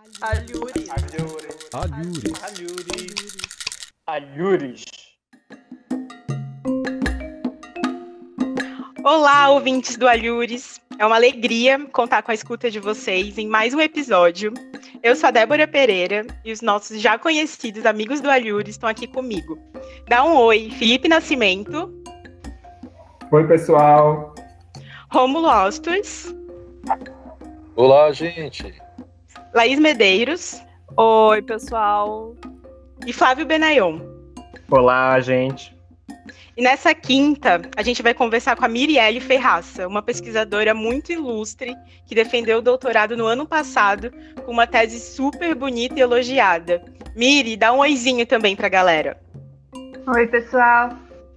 Alhures. Alhures. Alhures. Olá, ouvintes do Alhures. É uma alegria contar com a escuta de vocês em mais um episódio. Eu sou a Débora Pereira e os nossos já conhecidos amigos do Alhures estão aqui comigo. Dá um oi, Felipe Nascimento. Oi, pessoal. Rômulo Ostos. Olá, gente. Laís Medeiros. Oi, pessoal. E Flávio Benayon. Olá, gente. E nessa quinta, a gente vai conversar com a Mirielle Ferraça, uma pesquisadora muito ilustre que defendeu o doutorado no ano passado com uma tese super bonita e elogiada. Miri, dá um oizinho também para a galera. Oi, pessoal.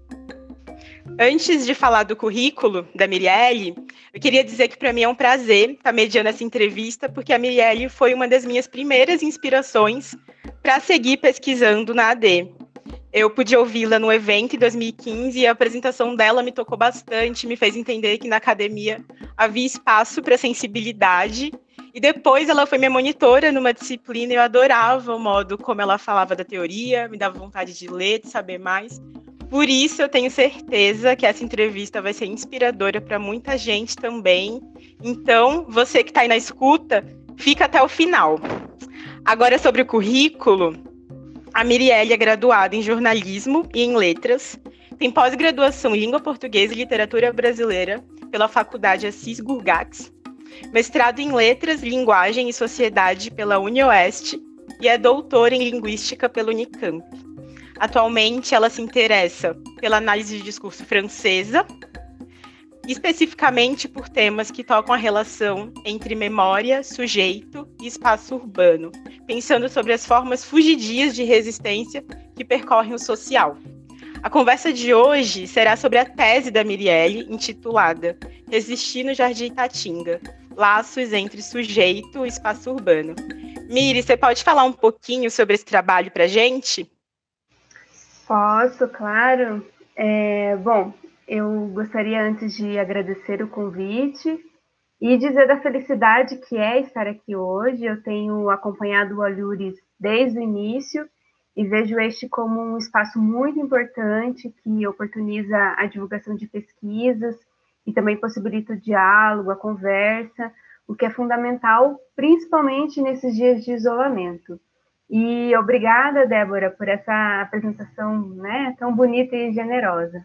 Antes de falar do currículo da Mirielle, eu queria dizer que para mim é um prazer estar mediando essa entrevista, porque a Mirielle foi uma das minhas primeiras inspirações para seguir pesquisando na AD. Eu pude ouvi-la no evento em 2015 e a apresentação dela me tocou bastante, me fez entender que na academia havia espaço para sensibilidade. E depois ela foi minha monitora numa disciplina e eu adorava o modo como ela falava da teoria, me dava vontade de ler, de saber mais. Por isso eu tenho certeza que essa entrevista vai ser inspiradora para muita gente também. Então, você que está aí na escuta, fica até o final. Agora sobre o currículo. A Mirielle é graduada em jornalismo e em letras, tem pós-graduação em língua portuguesa e literatura brasileira pela Faculdade Assis Gurgats, mestrado em letras, linguagem e sociedade pela UniOeste e é doutora em linguística pela Unicamp. Atualmente, ela se interessa pela análise de discurso francesa, especificamente por temas que tocam a relação entre memória, sujeito e espaço urbano, pensando sobre as formas fugidias de resistência que percorrem o social. A conversa de hoje será sobre a tese da Mirielle, intitulada Resistir no Jardim Itatinga, Laços entre Sujeito e Espaço Urbano. Miri, você pode falar um pouquinho sobre esse trabalho para a gente? Posso, claro. Bom, eu gostaria antes de agradecer o convite e dizer da felicidade que é estar aqui hoje. Eu tenho acompanhado o Alhures desde o início e vejo este como um espaço muito importante que oportuniza a divulgação de pesquisas e também possibilita o diálogo, a conversa, o que é fundamental, principalmente nesses dias de isolamento. E obrigada, Débora, por essa apresentação, né, tão bonita e generosa.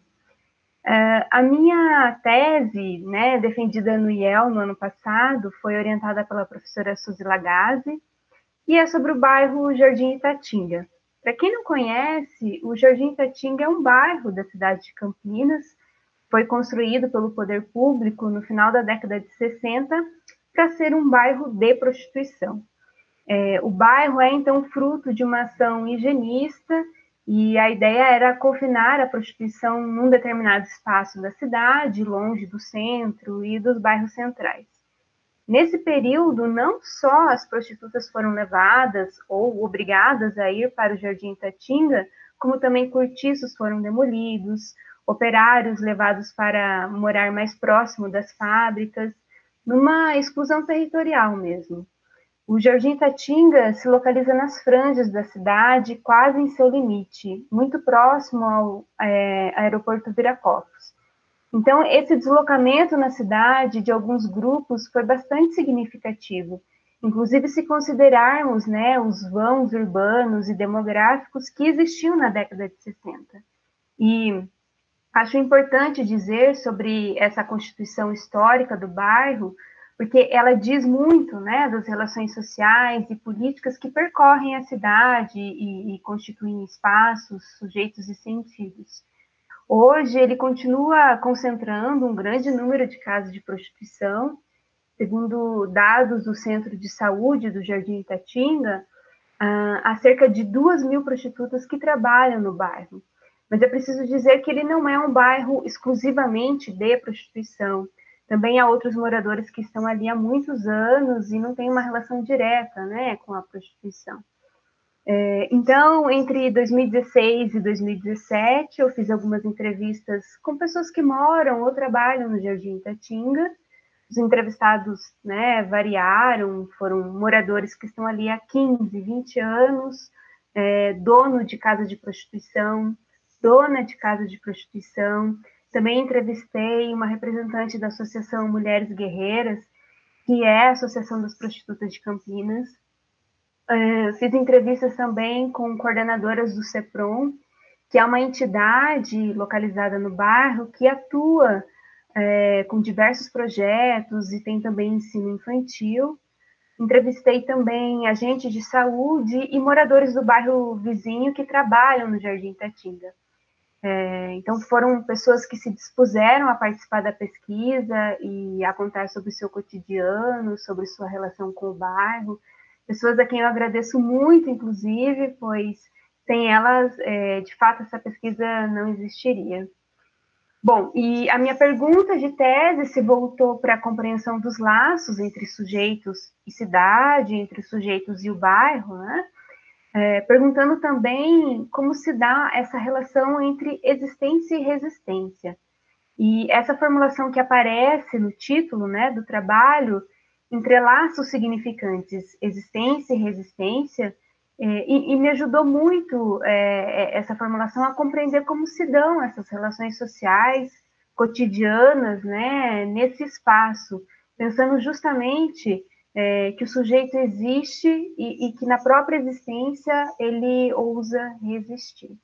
A minha tese, né, defendida no IEL no ano passado, foi orientada pela professora Suzy Lagazzi e é sobre o bairro Jardim Itatinga. Para quem não conhece, o Jardim Itatinga é um bairro da cidade de Campinas, foi construído pelo poder público no final da década de 60 para ser um bairro de prostituição. O bairro é, então, fruto de uma ação higienista e a ideia era confinar a prostituição num determinado espaço da cidade, longe do centro e dos bairros centrais. Nesse período, não só as prostitutas foram levadas ou obrigadas a ir para o Jardim Itatinga, como também cortiços foram demolidos, operários levados para morar mais próximo das fábricas, numa exclusão territorial mesmo. O Jardim Itatinga se localiza nas franjas da cidade, quase em seu limite, muito próximo ao aeroporto Viracopos. Então, esse deslocamento na cidade de alguns grupos foi bastante significativo, inclusive se considerarmos, né, os vãos urbanos e demográficos que existiam na década de 60. E acho importante dizer sobre essa constituição histórica do bairro, porque ela diz muito, né, das relações sociais e políticas que percorrem a cidade e constituem espaços, sujeitos e sentidos. Hoje, ele continua concentrando um grande número de casos de prostituição. Segundo dados do Centro de Saúde do Jardim Itatinga, há cerca de 2.000 prostitutas que trabalham no bairro. Mas é preciso dizer que ele não é um bairro exclusivamente de prostituição. Também há outros moradores que estão ali há muitos anos e não têm uma relação direta, né, com a prostituição. Então, entre 2016 e 2017, eu fiz algumas entrevistas com pessoas que moram ou trabalham no Jardim Itatinga, Os entrevistados, né, variaram, foram moradores que estão ali há 15, 20 anos, dono de casa de prostituição, dona de casa de prostituição. Também entrevistei uma representante da Associação Mulheres Guerreiras, que é a Associação das Prostitutas de Campinas. Fiz entrevistas também com coordenadoras do CEPROM, que é uma entidade localizada no bairro que atua com diversos projetos e tem também ensino infantil. Entrevistei também agentes de saúde e moradores do bairro vizinho que trabalham no Jardim Itatinga. Então, foram pessoas que se dispuseram a participar da pesquisa e a contar sobre o seu cotidiano, sobre sua relação com o bairro. Pessoas a quem eu agradeço muito, inclusive, pois sem elas, de fato, essa pesquisa não existiria. Bom, e a minha pergunta de tese se voltou para a compreensão dos laços entre sujeitos e cidade, entre os sujeitos e o bairro, né? Perguntando também como se dá essa relação entre existência e resistência. E essa formulação que aparece no título, né, do trabalho, entrelaça os significantes existência e resistência, e me ajudou muito essa formulação a compreender como se dão essas relações sociais, cotidianas, né, nesse espaço, pensando justamente que o sujeito existe e que na própria existência ele ousa resistir.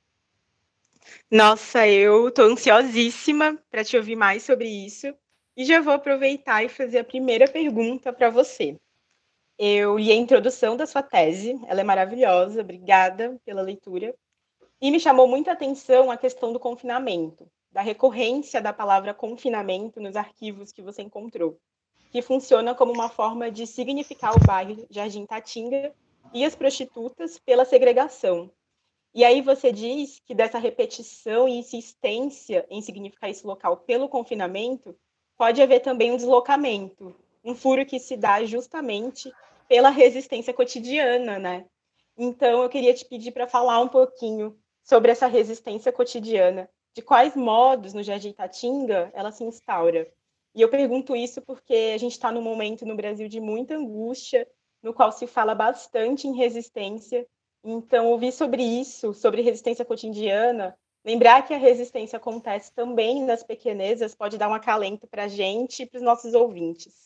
Nossa, eu estou ansiosíssima para te ouvir mais sobre isso e já vou aproveitar e fazer a primeira pergunta para você. Eu li a introdução da sua tese, ela é maravilhosa, obrigada pela leitura, e me chamou muita atenção a questão do confinamento, da recorrência da palavra confinamento nos arquivos que você encontrou, que funciona como uma forma de significar o bairro Jardim Itatinga e as prostitutas pela segregação. E aí você diz que dessa repetição e insistência em significar esse local pelo confinamento, pode haver também um deslocamento, um furo que se dá justamente pela resistência cotidiana, né? Então, eu queria te pedir para falar um pouquinho sobre essa resistência cotidiana, de quais modos no Jardim Itatinga ela se instaura. E eu pergunto isso porque a gente está num momento no Brasil de muita angústia, no qual se fala bastante em resistência. Então, ouvir sobre isso, sobre resistência cotidiana, lembrar que a resistência acontece também nas pequenezas, pode dar um acalento para a gente e para os nossos ouvintes.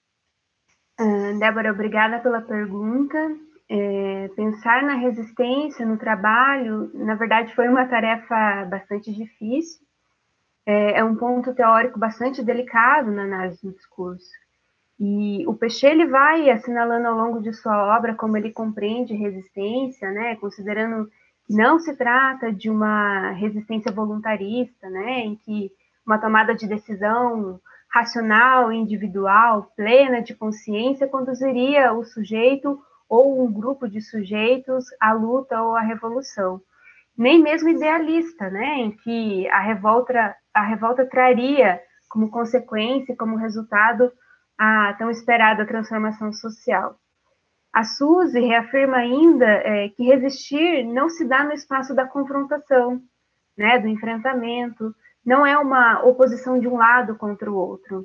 Débora, obrigada pela pergunta. Pensar na resistência no trabalho, na verdade, foi uma tarefa bastante difícil. É um ponto teórico bastante delicado na análise do discurso. E o Pechet, ele vai assinalando ao longo de sua obra como ele compreende resistência, né, considerando que não se trata de uma resistência voluntarista, né, em que uma tomada de decisão racional, individual, plena de consciência conduziria o sujeito ou um grupo de sujeitos à luta ou à revolução. Nem mesmo idealista, né, em que a revolta traria como consequência, como resultado, a tão esperada transformação social. A Suzy reafirma ainda que resistir não se dá no espaço da confrontação, né, do enfrentamento, não é uma oposição de um lado contra o outro.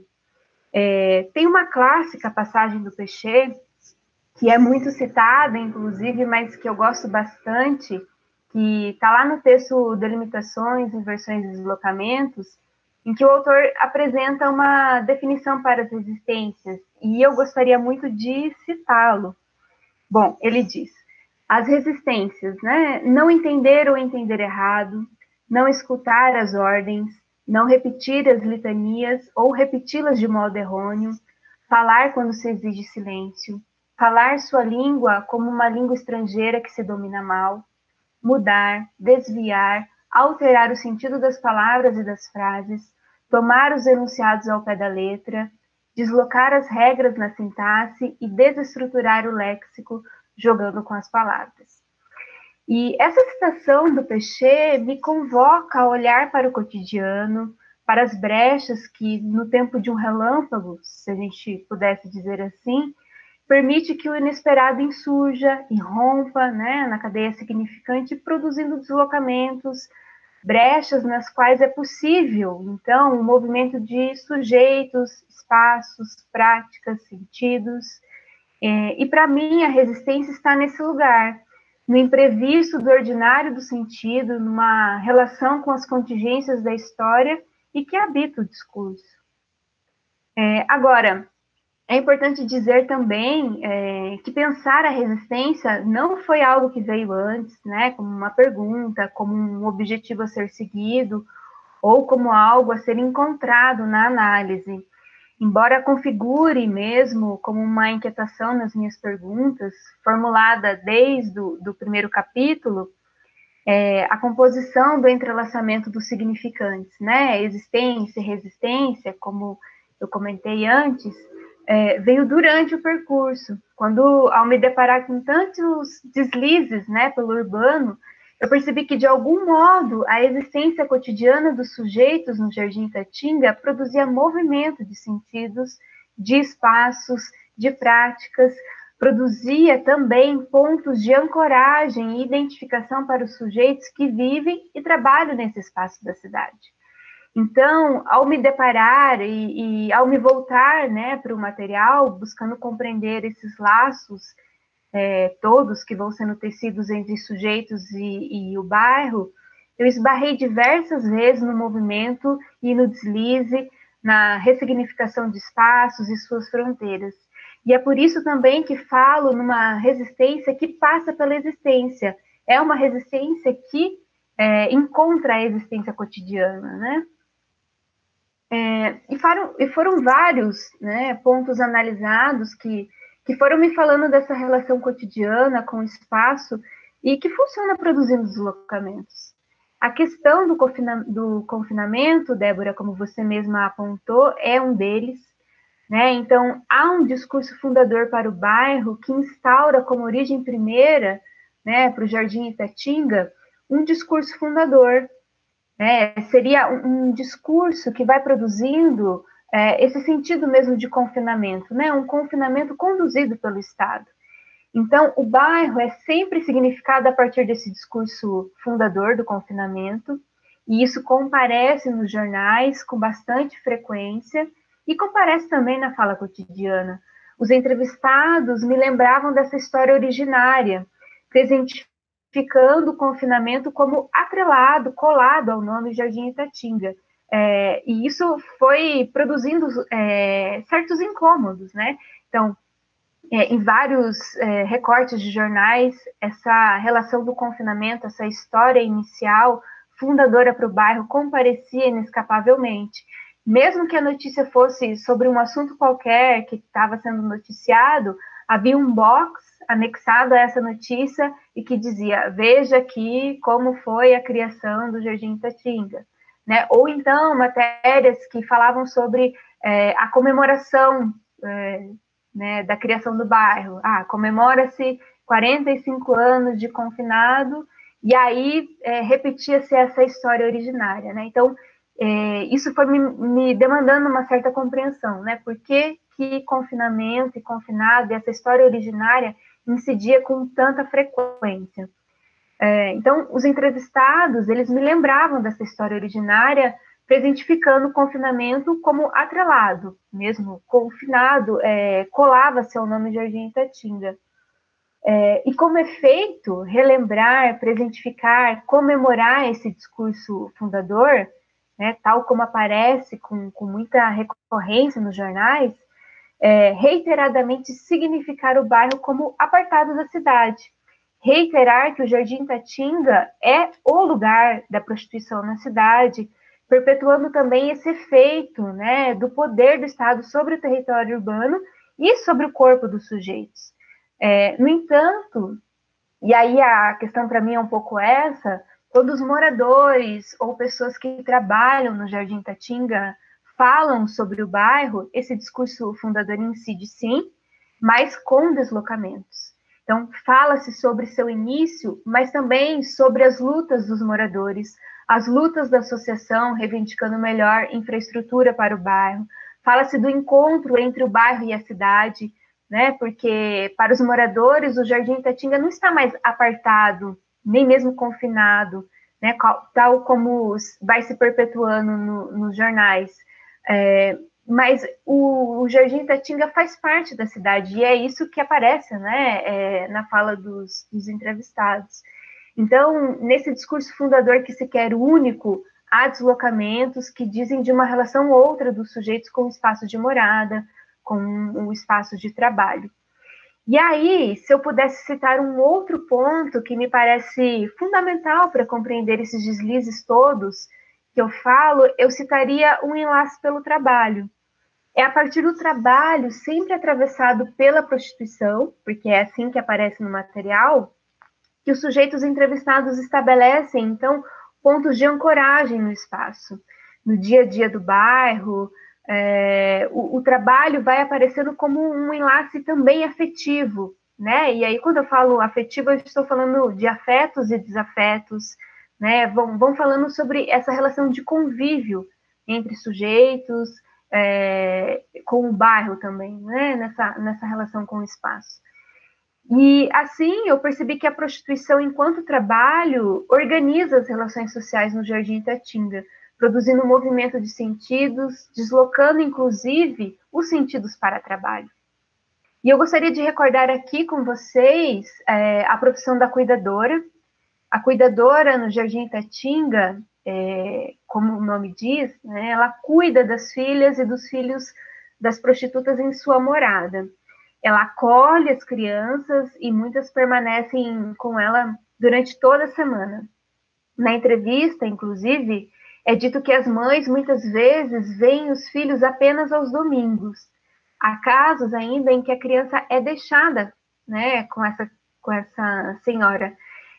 Tem uma clássica passagem do Pechet, que é muito citada, inclusive, mas que eu gosto bastante, que está lá no texto Delimitações, Inversões e Deslocamentos, em que o autor apresenta uma definição para as resistências, e eu gostaria muito de citá-lo. Bom, ele diz: as resistências, né, não entender ou entender errado, não escutar as ordens, não repetir as litanias ou repeti-las de modo errôneo, falar quando se exige silêncio, falar sua língua como uma língua estrangeira que se domina mal, mudar, desviar, alterar o sentido das palavras e das frases, tomar os enunciados ao pé da letra, deslocar as regras na sintaxe e desestruturar o léxico jogando com as palavras. E essa citação do Pechet me convoca a olhar para o cotidiano, para as brechas que, no tempo de um relâmpago, se a gente pudesse dizer assim, permite que o inesperado insurja, irrompa, né, na cadeia significante, produzindo deslocamentos, brechas nas quais é possível, então, o movimento de sujeitos, espaços, práticas, sentidos. E para mim, a resistência está nesse lugar, no imprevisto do ordinário do sentido, numa relação com as contingências da história e que habita o discurso. Agora, é importante dizer também que pensar a resistência não foi algo que veio antes, né, como uma pergunta, como um objetivo a ser seguido, ou como algo a ser encontrado na análise. Embora configure mesmo como uma inquietação nas minhas perguntas, formulada desde o primeiro capítulo, a composição do entrelaçamento dos significantes, né, existência e resistência, como eu comentei antes, veio durante o percurso, quando, ao me deparar com tantos deslizes, né, pelo urbano, eu percebi que, de algum modo, a existência cotidiana dos sujeitos no Jardim Itatinga produzia movimento de sentidos, de espaços, de práticas, produzia também pontos de ancoragem e identificação para os sujeitos que vivem e trabalham nesse espaço da cidade. Então, ao me deparar e ao me voltar, né, para o material, buscando compreender esses laços todos que vão sendo tecidos entre sujeitos e o bairro, eu esbarrei diversas vezes no movimento e no deslize, na ressignificação de espaços e suas fronteiras. E é por isso também que falo numa resistência que passa pela existência. É uma resistência que encontra a existência cotidiana, né? E foram vários, né, pontos analisados que foram me falando dessa relação cotidiana com o espaço e que funciona produzindo deslocamentos. A questão do confinamento, Débora, como você mesma apontou, é um deles, né? Então, há um discurso fundador para o bairro que instaura como origem primeira, né, para o Jardim Itatinga, um discurso fundador. Seria um discurso que vai produzindo esse sentido mesmo de confinamento, né? Um confinamento conduzido pelo Estado. Então, o bairro é sempre significado a partir desse discurso fundador do confinamento, e isso comparece nos jornais com bastante frequência e comparece também na fala cotidiana. Os entrevistados me lembravam dessa história originária, presentificando o confinamento como atrelado, colado ao nome Jardim Itatinga. E isso foi produzindo certos incômodos, né? Então, em vários recortes de jornais, essa relação do confinamento, essa história inicial, fundadora para o bairro, comparecia inescapavelmente. Mesmo que a notícia fosse sobre um assunto qualquer que estava sendo noticiado, havia um box anexado a essa notícia e que dizia: veja aqui como foi a criação do Jardim Itatinga. Né? Ou então matérias que falavam sobre a comemoração né, da criação do bairro. Comemora-se 45 anos de confinado, e aí repetia-se essa história originária. Né? Então, isso foi me demandando uma certa compreensão, né? Por que confinamento e confinado, e essa história originária incidia com tanta frequência? Então, os entrevistados, eles me lembravam dessa história originária, presentificando o confinamento como atrelado, mesmo confinado, colava-se ao nome Jardim Itatinga. E como efeito, relembrar, presentificar, comemorar esse discurso fundador, né, tal como aparece com muita recorrência nos jornais, reiteradamente significar o bairro como apartado da cidade, reiterar que o Jardim Itatinga é o lugar da prostituição na cidade, perpetuando também esse efeito, né, do poder do Estado sobre o território urbano e sobre o corpo dos sujeitos. No entanto, e aí a questão para mim é um pouco essa, quando os moradores ou pessoas que trabalham no Jardim Itatinga falam sobre o bairro, esse discurso fundador incide sim, mas com deslocamentos. Então, fala-se sobre seu início, mas também sobre as lutas dos moradores, as lutas da associação reivindicando melhor infraestrutura para o bairro. Fala-se do encontro entre o bairro e a cidade, né? Porque para os moradores o Jardim Itatinga não está mais apartado, nem mesmo confinado, né, tal como vai se perpetuando nos jornais. Mas o Jardim Itatinga faz parte da cidade, e é isso que aparece, né, na fala dos entrevistados. Então, nesse discurso fundador que se quer único, há deslocamentos que dizem de uma relação outra dos sujeitos com o espaço de morada, com o espaço de trabalho. E aí, se eu pudesse citar um outro ponto que me parece fundamental para compreender esses deslizes todos que eu falo, eu citaria um enlace pelo trabalho. É a partir do trabalho, sempre atravessado pela prostituição, porque é assim que aparece no material, que os sujeitos entrevistados estabelecem, então, pontos de ancoragem no espaço. No dia a dia do bairro, o trabalho vai aparecendo como um enlace também afetivo, né? E aí, quando eu falo afetivo, eu estou falando de afetos e desafetos, né? Vão falando sobre essa relação de convívio entre sujeitos, com o bairro também, né? Nessa relação com o espaço. E, assim, eu percebi que a prostituição, enquanto trabalho, organiza as relações sociais no Jardim Itatinga, produzindo um movimento de sentidos, deslocando, inclusive, os sentidos para trabalho. E eu gostaria de recordar aqui com vocês a profissão da cuidadora. A cuidadora no Jardim Itatinga, como o nome diz, né, ela cuida das filhas e dos filhos das prostitutas em sua morada. Ela acolhe as crianças e muitas permanecem com ela durante toda a semana. Na entrevista, inclusive, é dito que as mães muitas vezes veem os filhos apenas aos domingos. Há casos ainda em que a criança é deixada, né, com essa senhora.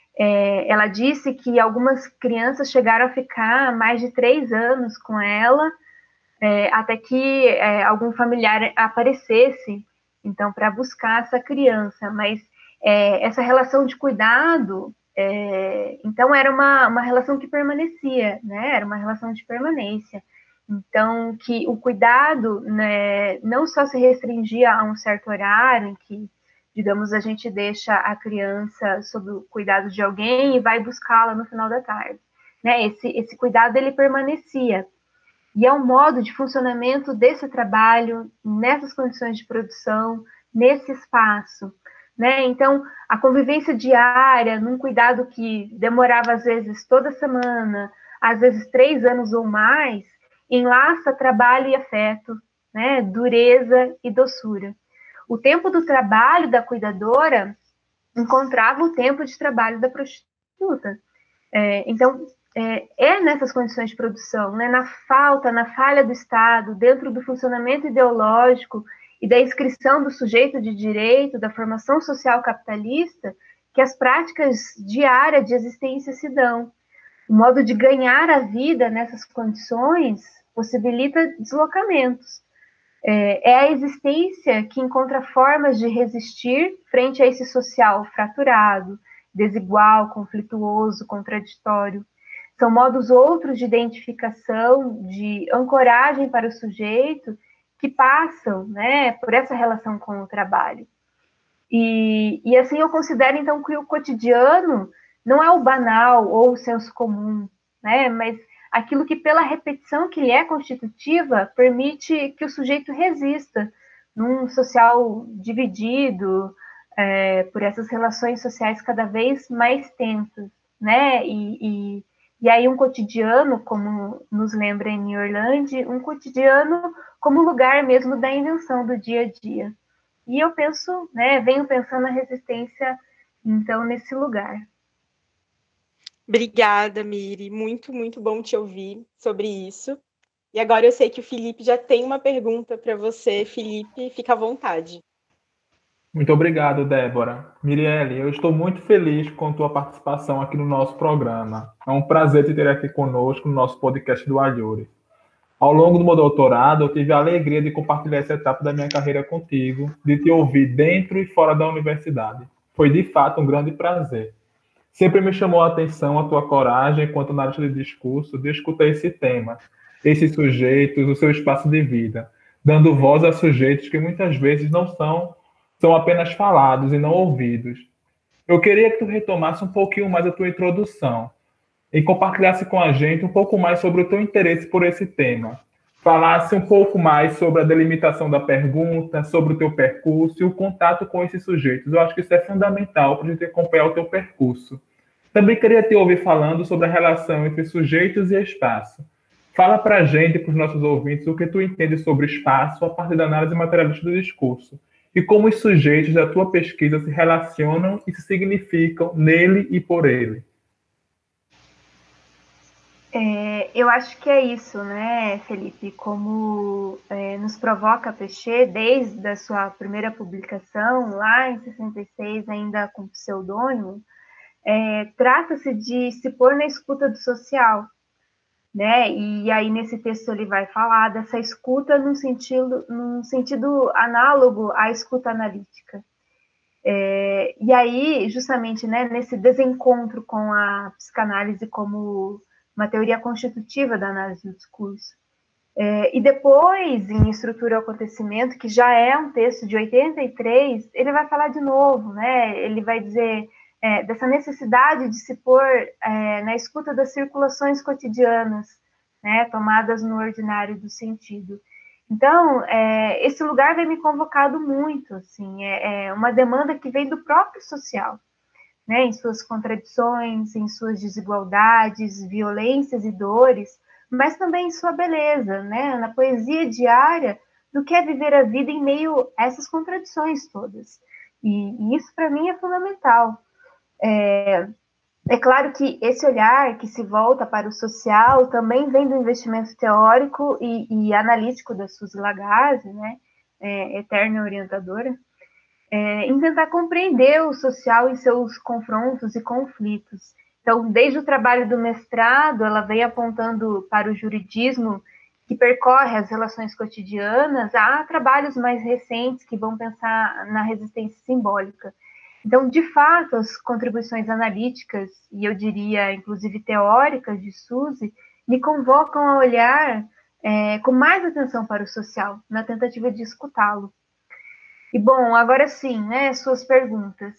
Ela disse que algumas crianças chegaram a ficar mais de 3 anos com ela, até que algum familiar aparecesse, então, para buscar essa criança. Mas essa relação de cuidado, então, era uma relação que permanecia, né? Era uma relação de permanência. Então, que o cuidado, né, não só se restringia a um certo horário em que, digamos, a gente deixa a criança sob o cuidado de alguém e vai buscá-la no final da tarde, né? Esse cuidado, ele permanecia. E é um modo de funcionamento desse trabalho, nessas condições de produção, nesse espaço, né? Então, a convivência diária, num cuidado que demorava, às vezes, toda semana, às vezes 3 anos ou mais, enlaça trabalho e afeto, né? Dureza e doçura. O tempo do trabalho da cuidadora encontrava o tempo de trabalho da prostituta. Então, nessas condições de produção, né, na falha do Estado, dentro do funcionamento ideológico e da inscrição do sujeito de direito, da formação social capitalista, que as práticas diárias de existência se dão. O modo de ganhar a vida nessas condições possibilita deslocamentos. É a existência que encontra formas de resistir frente a esse social fraturado, desigual, conflituoso, contraditório. São modos outros de identificação, de ancoragem para o sujeito, que passam, né, por essa relação com o trabalho. E assim eu considero, então, que o cotidiano não é o banal ou o senso comum, né, mas aquilo que, pela repetição que lhe é constitutiva, permite que o sujeito resista num social dividido, por essas relações sociais cada vez mais tensas, né, e aí um cotidiano, como nos lembra em Orlando, um cotidiano como lugar mesmo da invenção do dia a dia. E eu penso, né, venho pensando a resistência, então, nesse lugar. Obrigada, Miri. Muito, muito bom te ouvir sobre isso. E agora eu sei que o Felipe já tem uma pergunta para você. Felipe, fica à vontade. Muito obrigado, Débora. Mirielle, eu estou muito feliz com a tua participação aqui no nosso programa. É um prazer te ter aqui conosco no nosso podcast do Alhures. Ao longo do meu doutorado, eu tive a alegria de compartilhar essa etapa da minha carreira contigo, de te ouvir dentro e fora da universidade. Foi, de fato, um grande prazer. Sempre me chamou a atenção a tua coragem, enquanto analista de discurso, de escutar esse tema, esses sujeitos, o seu espaço de vida, dando voz a sujeitos que muitas vezes não são apenas falados e não ouvidos. Eu queria que tu retomasse um pouquinho mais a tua introdução. e compartilhasse com a gente um pouco mais sobre o teu interesse por esse tema. Falasse um pouco mais sobre a delimitação da pergunta, sobre o teu percurso e o contato com esses sujeitos. Eu acho que isso é fundamental para a gente acompanhar o teu percurso. Também queria te ouvir falando sobre a relação entre sujeitos e espaço. Fala para a gente, para os nossos ouvintes, o que tu entende sobre espaço a partir da análise materialista do discurso e como os sujeitos da tua pesquisa se relacionam e se significam nele e por ele. Eu acho que é isso, né, Felipe? Como nos provoca a Peixe, desde a sua primeira publicação, lá em 66, ainda com pseudônimo, trata-se de se pôr na escuta do social, né? E aí, nesse texto, ele vai falar dessa escuta num sentido análogo à escuta analítica. E aí, justamente, né, nesse desencontro com a psicanálise como uma teoria constitutiva da análise do discurso. E depois, em Estrutura e Acontecimento, que já é um texto de 83, ele vai falar de novo, né? Ele vai dizer dessa necessidade de se pôr na escuta das circulações cotidianas, né, tomadas no ordinário do sentido. Então, esse lugar vem me convocado muito, assim, é uma demanda que vem do próprio social, né, em suas contradições, em suas desigualdades, violências e dores, mas também em sua beleza, né, na poesia diária do que é viver a vida em meio a essas contradições todas. E isso, para mim, é fundamental. É claro que esse olhar que se volta para o social também vem do investimento teórico e analítico da Suzy Lagasse, né, eterna orientadora, em tentar compreender o social em seus confrontos e conflitos. Então, desde o trabalho do mestrado, ela vem apontando para o juridismo que percorre as relações cotidianas, há trabalhos mais recentes que vão pensar na resistência simbólica. Então, de fato, as contribuições analíticas, e eu diria, inclusive, teóricas de Suzy, me convocam a olhar com mais atenção para o social, na tentativa de escutá-lo. E, bom, agora sim, né, suas perguntas.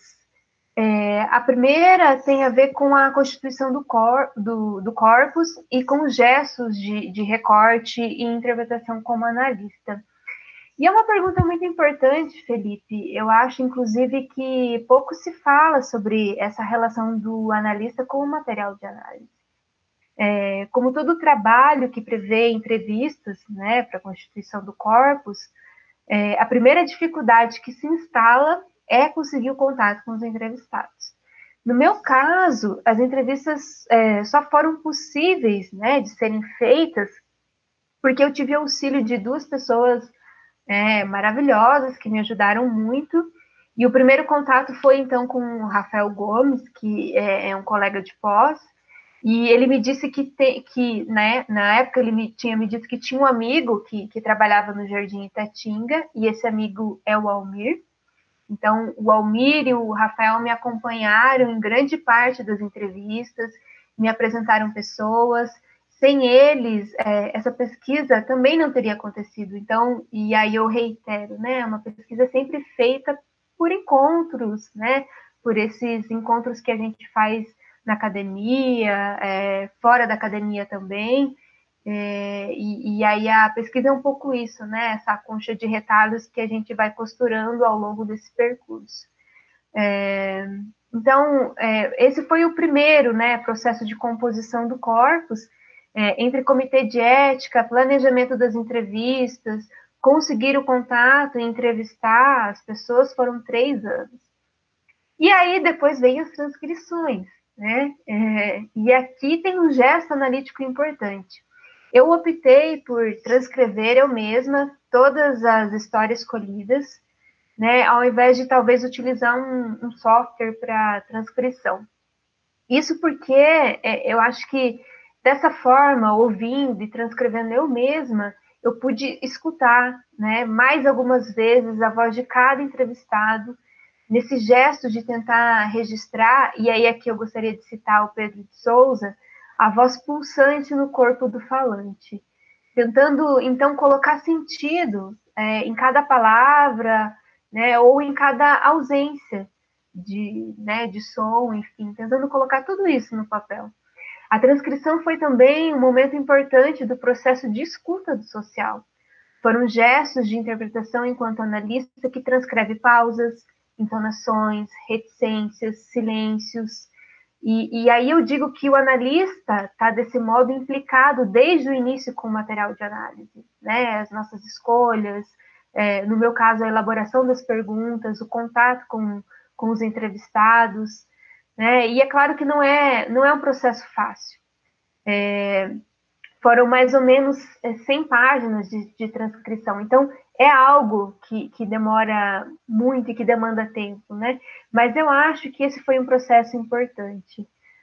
A primeira tem a ver com a constituição do corpus e com os gestos de recorte e interpretação como analista. E é uma pergunta muito importante, Felipe. Eu acho, inclusive, que pouco se fala sobre essa relação do analista com o material de análise. Como todo trabalho que prevê entrevistas, né, para a constituição do corpus, a primeira dificuldade que se instala é conseguir o contato com os entrevistados. No meu caso, as entrevistas só foram possíveis, né, de serem feitas porque eu tive auxílio de duas pessoas maravilhosas que me ajudaram muito. E o primeiro contato foi, então, com o Rafael Gomes, que é um colega de pós, e ele me disse que né, na época, ele tinha me dito que tinha um amigo que trabalhava no Jardim Itatinga, e esse amigo é o Almir. Então, o Almir e o Rafael me acompanharam em grande parte das entrevistas, me apresentaram pessoas. Sem eles, essa pesquisa também não teria acontecido. Então, e aí eu reitero, né, uma pesquisa sempre feita por encontros, né, por esses encontros que a gente faz na academia, fora da academia também. E aí a pesquisa é um pouco isso, né, essa concha de retalhos que a gente vai costurando ao longo desse percurso. Então, esse foi o primeiro, né, processo de composição do corpus, entre comitê de ética, planejamento das entrevistas, conseguir o contato e entrevistar as pessoas, foram 3 anos. E aí depois veio as transcrições, né? E aqui tem um gesto analítico importante. Eu optei por transcrever eu mesma todas as histórias colhidas, né, ao invés de talvez utilizar um software para transcrição. Isso porque eu acho que dessa forma, ouvindo e transcrevendo eu mesma, eu pude escutar, né, mais algumas vezes a voz de cada entrevistado, nesse gesto de tentar registrar, e aí aqui eu gostaria de citar o Pedro de Souza, a voz pulsante no corpo do falante, tentando, então, colocar sentido em cada palavra, né, ou em cada ausência de som, enfim, tentando colocar tudo isso no papel. A transcrição foi também um momento importante do processo de escuta do social. Foram gestos de interpretação enquanto analista que transcreve pausas, entonações, reticências, silêncios. E aí eu digo que o analista está, desse modo, implicado desde o início com o material de análise, né? As nossas escolhas, no meu caso, a elaboração das perguntas, o contato com os entrevistados, né? E é claro que não é um processo fácil. Foram mais ou menos 100 páginas de transcrição. Então, é algo que demora muito e que demanda tempo, né? Mas eu acho que esse foi um processo importante.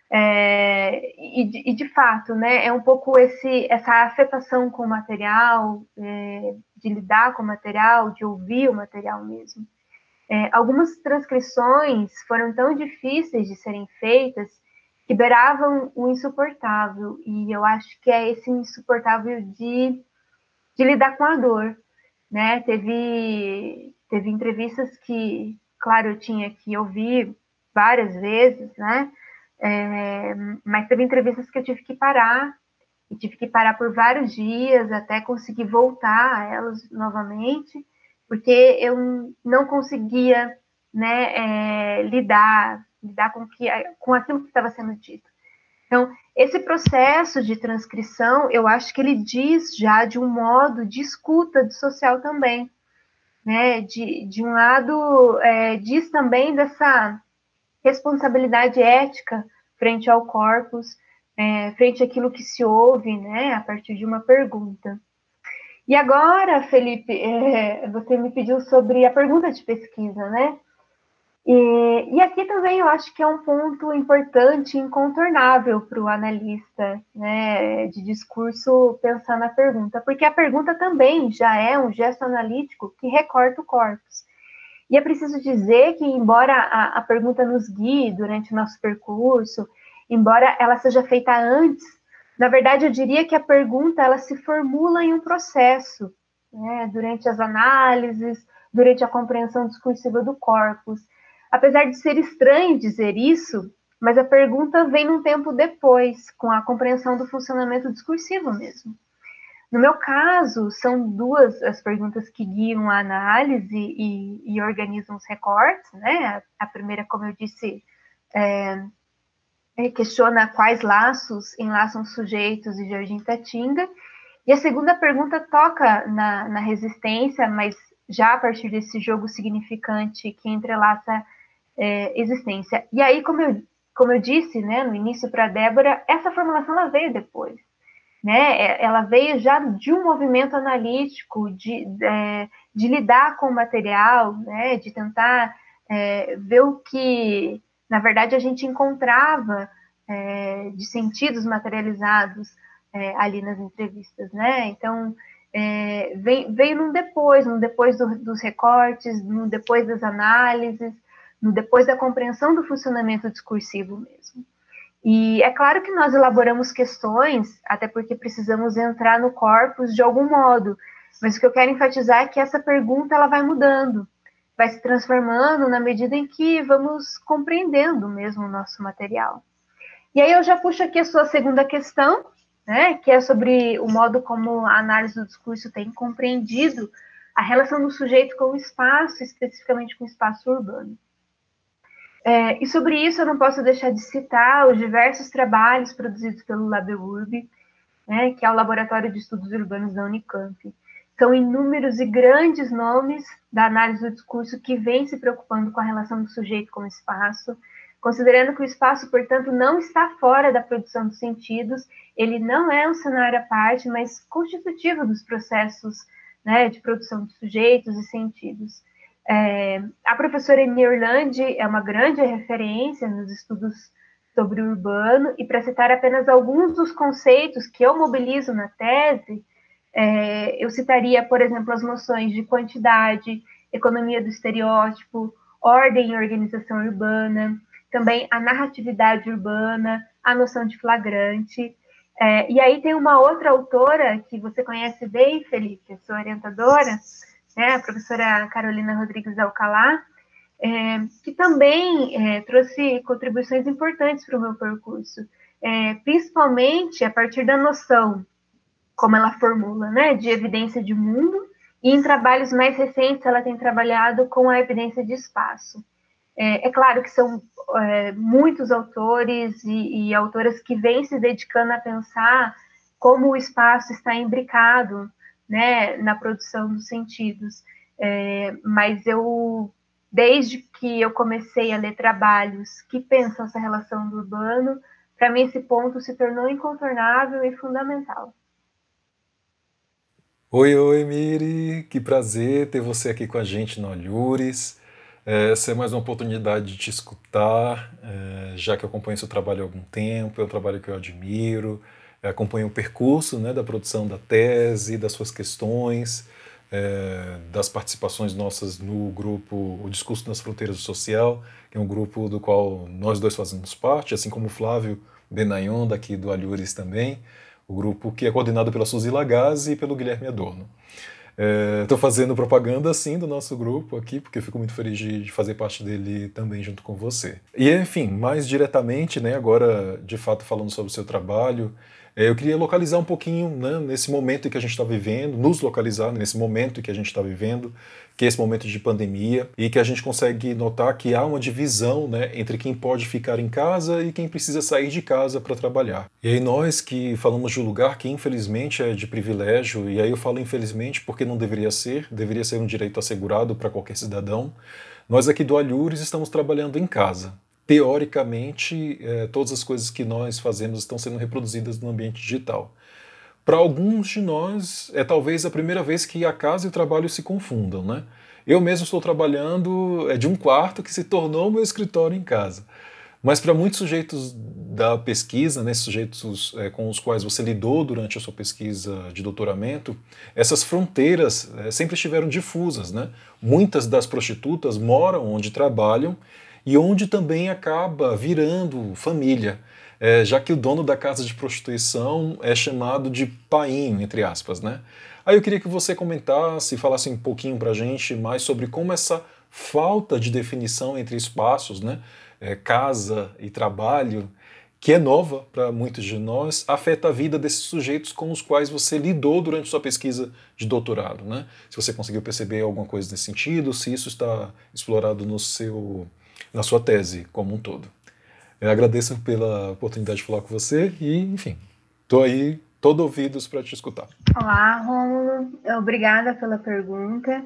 E de fato, né, é um pouco essa afetação com o material, de lidar com o material, de ouvir o material mesmo. Algumas transcrições foram tão difíceis de serem feitas que beiravam o insuportável, e eu acho que é esse insuportável de lidar com a dor, né? Teve entrevistas que, claro, eu tinha que ouvir várias vezes, né? Mas teve entrevistas que eu tive que parar, e tive que parar por vários dias até conseguir voltar a elas novamente, porque eu não conseguia, né, lidar com aquilo que estava sendo dito. Então, esse processo de transcrição, eu acho que ele diz já de um modo de escuta do social também, né? De um lado, diz também dessa responsabilidade ética frente ao corpus, frente àquilo que se ouve, né, a partir de uma pergunta. E agora, Felipe, você me pediu sobre a pergunta de pesquisa, né? E aqui também eu acho que é um ponto importante e incontornável para o analista, né, de discurso pensar na pergunta, porque a pergunta também já é um gesto analítico que recorta o corpus. E é preciso dizer que, embora a pergunta nos guie durante o nosso percurso, embora ela seja feita antes, na verdade eu diria que a pergunta ela se formula em um processo, né, durante as análises, durante a compreensão discursiva do corpus. Apesar de ser estranho dizer isso, mas a pergunta vem num tempo depois, com a compreensão do funcionamento discursivo mesmo. No meu caso, são duas as perguntas que guiam a análise e organizam os recortes, né? A primeira, como eu disse, questiona quais laços enlaçam sujeitos e Jorginho Tatinga, e a segunda pergunta toca na resistência, mas já a partir desse jogo significante que entrelaça existência. E aí, como eu disse, né, no início para a Débora, essa formulação ela veio depois. Né? Ela veio já de um movimento analítico, de lidar com o material, né? De tentar ver o que, na verdade, a gente encontrava de sentidos materializados ali nas entrevistas. Né? Então, veio num depois dos recortes, no depois das análises, no depois da compreensão do funcionamento discursivo mesmo. E é claro que nós elaboramos questões, até porque precisamos entrar no corpus de algum modo, mas o que eu quero enfatizar é que essa pergunta ela vai mudando, vai se transformando na medida em que vamos compreendendo mesmo o nosso material. E aí eu já puxo aqui a sua segunda questão, né, que é sobre o modo como a análise do discurso tem compreendido a relação do sujeito com o espaço, especificamente com o espaço urbano. E sobre isso eu não posso deixar de citar os diversos trabalhos produzidos pelo LabURB, né, que é o Laboratório de Estudos Urbanos da Unicamp. São inúmeros e grandes nomes da análise do discurso que vêm se preocupando com a relação do sujeito com o espaço, considerando que o espaço, portanto, não está fora da produção dos sentidos, ele não é um cenário à parte, mas constitutivo dos processos, né, de produção de sujeitos e sentidos. A professora Eni Orlandi é uma grande referência nos estudos sobre o urbano, e para citar apenas alguns dos conceitos que eu mobilizo na tese, eu citaria, por exemplo, as noções de quantidade, economia do estereótipo, ordem e organização urbana, também a narratividade urbana, a noção de flagrante. E aí tem uma outra autora que você conhece bem, Felipe, a sua orientadora, né, a professora Carolina Rodrigues Alcalá, que também trouxe contribuições importantes para o meu percurso, principalmente a partir da noção, como ela formula, né, de evidência de mundo, e em trabalhos mais recentes ela tem trabalhado com a evidência de espaço. É claro que são muitos autores e autoras que vêm se dedicando a pensar como o espaço está imbricado, né, na produção dos sentidos. Mas desde que eu comecei a ler trabalhos que pensam essa relação do urbano, para mim esse ponto se tornou incontornável e fundamental. Oi, Miri, que prazer ter você aqui com a gente no Alhures. Essa é mais uma oportunidade de te escutar, já que eu acompanho seu trabalho há algum tempo, é um trabalho que eu admiro, acompanho o percurso, né, da produção da tese, das suas questões, das participações nossas no grupo O Discurso nas Fronteiras do Social, que é um grupo do qual nós dois fazemos parte, assim como o Flávio Benayon, daqui do Alhures também, o grupo que é coordenado pela Suzy Lagazzi e pelo Guilherme Adorno. Estou fazendo propaganda, sim, do nosso grupo aqui, porque eu fico muito feliz de fazer parte dele também junto com você. E, enfim, mais diretamente, né, agora, de fato, falando sobre o seu trabalho, eu queria localizar um pouquinho, né, nesse momento em que a gente está vivendo, nos localizar nesse momento em que a gente está vivendo, que é esse momento de pandemia, e que a gente consegue notar que há uma divisão, né, entre quem pode ficar em casa e quem precisa sair de casa para trabalhar. E aí nós que falamos de um lugar que infelizmente é de privilégio, e aí eu falo infelizmente porque não deveria ser um direito assegurado para qualquer cidadão, nós aqui do Alhures estamos trabalhando em casa. Teoricamente, todas as coisas que nós fazemos estão sendo reproduzidas no ambiente digital. Para alguns de nós, é talvez a primeira vez que a casa e o trabalho se confundam, né? Eu mesmo estou trabalhando de um quarto que se tornou meu escritório em casa. Mas para muitos sujeitos da pesquisa, né, sujeitos com os quais você lidou durante a sua pesquisa de doutoramento, essas fronteiras sempre estiveram difusas, né? Muitas das prostitutas moram onde trabalham e onde também acaba virando família, já que o dono da casa de prostituição é chamado de painho, entre aspas, né? Aí eu queria que você comentasse, falasse um pouquinho para a gente mais sobre como essa falta de definição entre espaços, né, casa e trabalho, que é nova para muitos de nós, afeta a vida desses sujeitos com os quais você lidou durante sua pesquisa de doutorado, né? Se você conseguiu perceber alguma coisa nesse sentido, se isso está explorado na sua tese como um todo. Eu agradeço pela oportunidade de falar com você e, enfim, estou aí todo ouvidos para te escutar. Olá, Rômulo. Obrigada pela pergunta.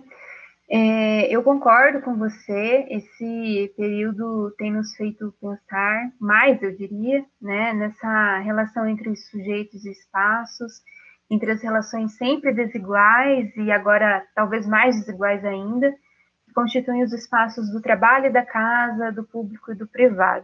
Eu concordo com você, esse período tem nos feito pensar mais, eu diria, né, nessa relação entre os sujeitos e espaços, entre as relações sempre desiguais e agora talvez mais desiguais ainda, que constituem os espaços do trabalho e da casa, do público e do privado.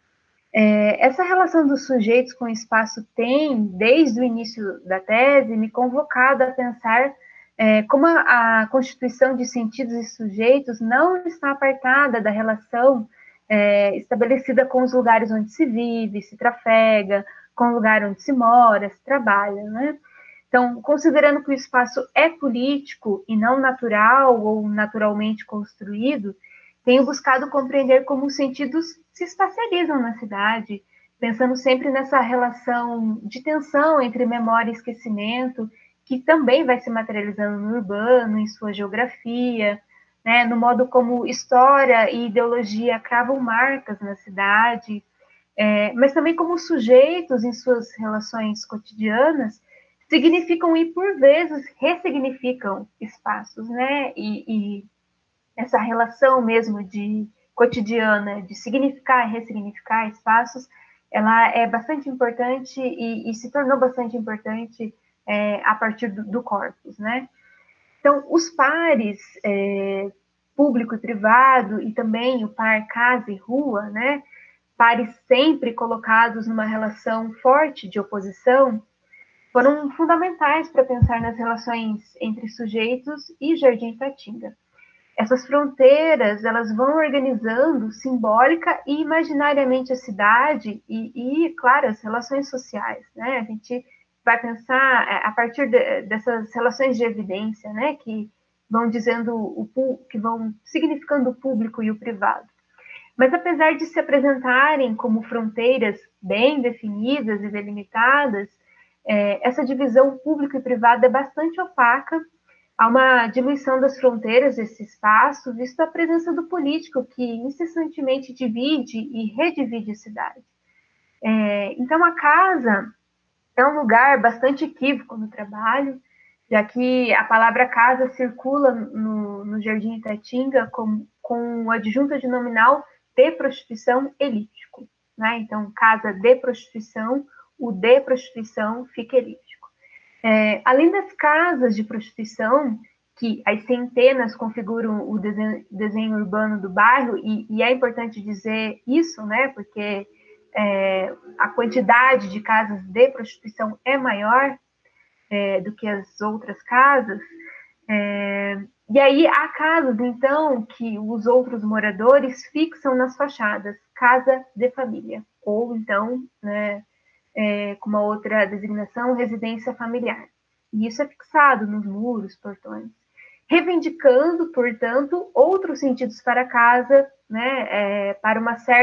Essa relação dos sujeitos com o espaço tem, desde o início da tese, me convocado a pensar como a constituição de sentidos e sujeitos não está apartada da relação estabelecida com os lugares onde se vive, se trafega, com o lugar onde se mora, se trabalha, né? Então, considerando que o espaço é político e não natural ou naturalmente construído, tenho buscado compreender como os sentidos se espacializam na cidade, pensando sempre nessa relação de tensão entre memória e esquecimento, que também vai se materializando no urbano, em sua geografia, né, no modo como história e ideologia cravam marcas na cidade, mas também como sujeitos em suas relações cotidianas significam e, por vezes, ressignificam espaços, né, e essa relação mesmo de cotidiana, de significar e ressignificar espaços, ela é bastante importante e se tornou bastante importante a partir do corpus, né? Então, os pares público e privado e também o par casa e rua, né? Pares sempre colocados numa relação forte de oposição, foram fundamentais para pensar nas relações entre sujeitos e Jardim Itatinga. Essas fronteiras, elas vão organizando simbólica e imaginariamente a cidade e claro, as relações sociais, né? A gente vai pensar a partir dessas relações de evidência, né? Que vão dizendo que vão significando o público e o privado. Mas apesar de se apresentarem como fronteiras bem definidas e delimitadas, essa divisão público e privada é bastante opaca. Há uma diluição das fronteiras desse espaço, visto a presença do político que incessantemente divide e redivide a cidade. Então, a casa é um lugar bastante equívoco no trabalho, já que a palavra casa circula no Jardim Itatinga com o adjunto adnominal de prostituição elíptico. Né? Então, casa de prostituição, o de prostituição fica elíptico. Além das casas de prostituição, que as centenas configuram o desenho urbano do bairro, e é importante dizer isso, né? Porque a quantidade de casas de prostituição é maior do que as outras casas. E aí há casas, então, que os outros moradores fixam nas fachadas, casa de família, ou então, né, com uma outra designação, residência familiar. E isso é fixado nos muros, portões, reivindicando, portanto, outros sentidos para a casa, né, para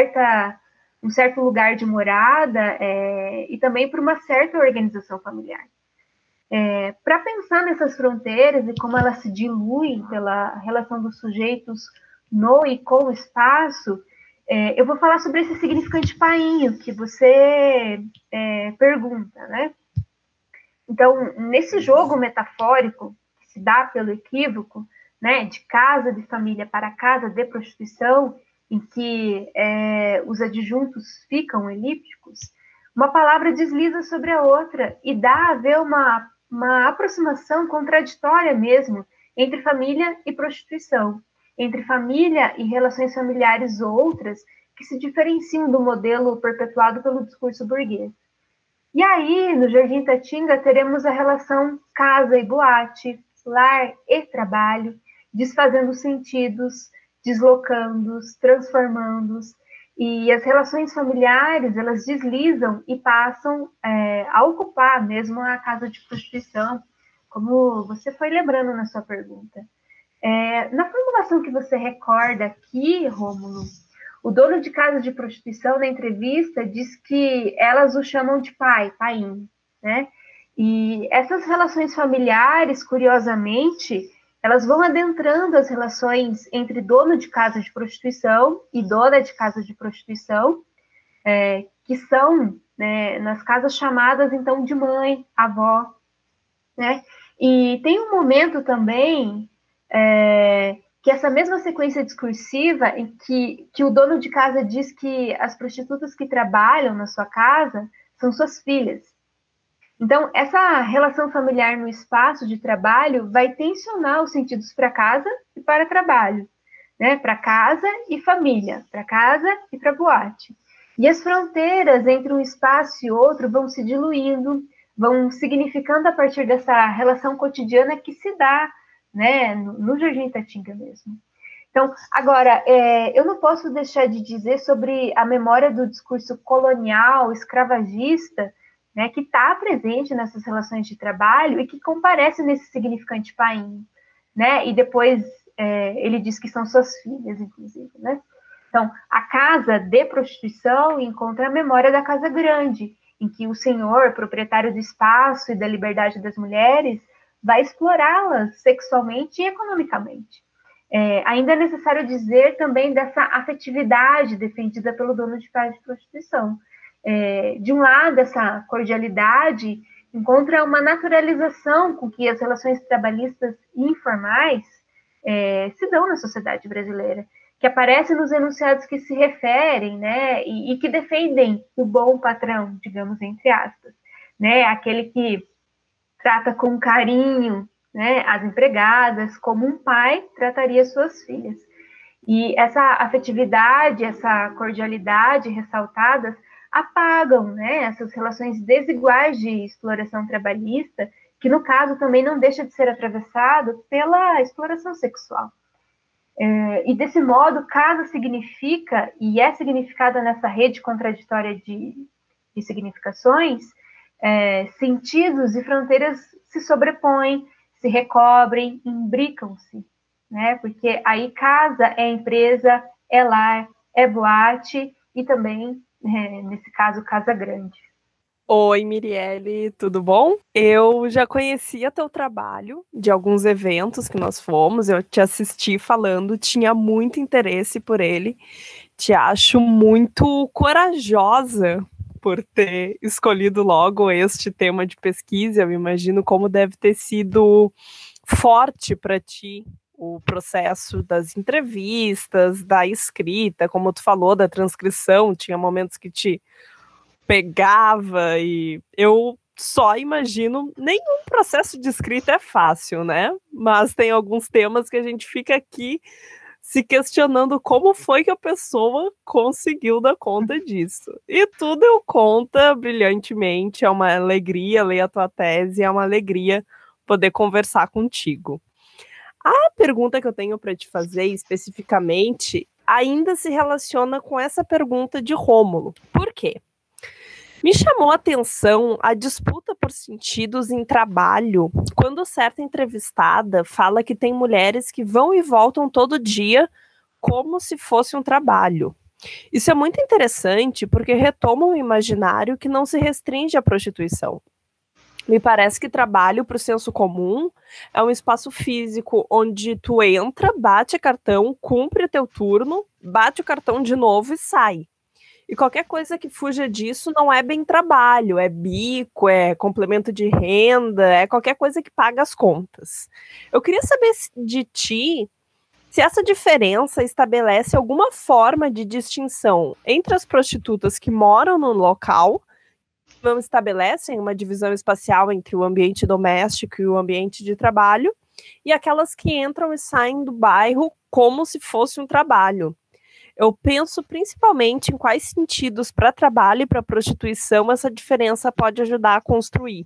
um certo lugar de morada e também para uma certa organização familiar. Para pensar nessas fronteiras e como elas se diluem pela relação dos sujeitos no e com o espaço, eu vou falar sobre esse significante painho que você pergunta, né? Então, nesse jogo metafórico que se dá pelo equívoco, né, de casa de família para casa de prostituição, em que os adjuntos ficam elípticos, uma palavra desliza sobre a outra e dá a ver uma aproximação contraditória mesmo entre família e prostituição, entre família e relações familiares outras que se diferenciam do modelo perpetuado pelo discurso burguês. E aí, no Jardim Itatinga, teremos a relação casa e boate, lar e trabalho, desfazendo sentidos, deslocando-os, transformando-os, e as relações familiares, elas deslizam e passam a ocupar mesmo a casa de prostituição, como você foi lembrando na sua pergunta. Na formulação que você recorda aqui, Rômulo, o dono de casa de prostituição, na entrevista, diz que elas o chamam de pai, painho, né? E essas relações familiares, curiosamente, elas vão adentrando as relações entre dono de casa de prostituição e dona de casa de prostituição, que são, né, nas casas chamadas, então, de mãe, avó, né? E tem um momento também que essa mesma sequência discursiva em que o dono de casa diz que as prostitutas que trabalham na sua casa são suas filhas. Então, essa relação familiar no espaço de trabalho vai tensionar os sentidos para casa e para trabalho, né? Para casa e família, para casa e para boate. E as fronteiras entre um espaço e outro vão se diluindo, vão significando a partir dessa relação cotidiana que se dá, né, no Jardim Itatinga mesmo. Então, agora, eu não posso deixar de dizer sobre a memória do discurso colonial, escravagista, né, que está presente nessas relações de trabalho e que comparece nesse significante painho, né? E depois ele diz que são suas filhas, inclusive, né? Então, a casa de prostituição encontra a memória da casa grande, em que o senhor, proprietário do espaço e da liberdade das mulheres, vai explorá-las sexualmente e economicamente. Ainda é necessário dizer também dessa afetividade defendida pelo dono de casa de prostituição. De um lado, essa cordialidade encontra uma naturalização com que as relações trabalhistas informais se dão na sociedade brasileira, que aparece nos enunciados que se referem, né, e que defendem o bom patrão, digamos, entre aspas, né, aquele que trata com carinho, né, as empregadas, como um pai trataria suas filhas. E essa afetividade, essa cordialidade ressaltadas apagam, né, essas relações desiguais de exploração trabalhista, que no caso também não deixa de ser atravessado pela exploração sexual. E desse modo, casa significa, e é significada nessa rede contraditória de significações, sentidos e fronteiras se sobrepõem, se recobrem, imbricam-se, né? Porque aí casa é empresa, é lar, é boate e também, nesse caso, Casa Grande. Oi, Mirielle, tudo bom? Eu já conhecia teu trabalho de alguns eventos que nós fomos, eu te assisti falando, tinha muito interesse por ele, te acho muito corajosa por ter escolhido logo este tema de pesquisa. Eu imagino como deve ter sido forte para ti o processo das entrevistas, da escrita, como tu falou, da transcrição, tinha momentos que te pegava e eu só imagino, nenhum processo de escrita é fácil, né? Mas tem alguns temas que a gente fica aqui se questionando como foi que a pessoa conseguiu dar conta disso. E tu deu conta brilhantemente, é uma alegria ler a tua tese, é uma alegria poder conversar contigo. A pergunta que eu tenho para te fazer especificamente ainda se relaciona com essa pergunta de Rômulo. Por quê? Me chamou a atenção a disputa por sentidos em trabalho, quando certa entrevistada fala que tem mulheres que vão e voltam todo dia como se fosse um trabalho. Isso é muito interessante porque retoma um imaginário que não se restringe à prostituição. Me parece que trabalho para o senso comum é um espaço físico onde tu entra, bate cartão, cumpre o teu turno, bate o cartão de novo e sai. E qualquer coisa que fuja disso não é bem trabalho, é bico, é complemento de renda, é qualquer coisa que paga as contas. Eu queria saber de ti se essa diferença estabelece alguma forma de distinção entre as prostitutas que moram no local, não estabelecem uma divisão espacial entre o ambiente doméstico e o ambiente de trabalho, e aquelas que entram e saem do bairro como se fosse um trabalho. Eu penso principalmente em quais sentidos para trabalho e para prostituição essa diferença pode ajudar a construir.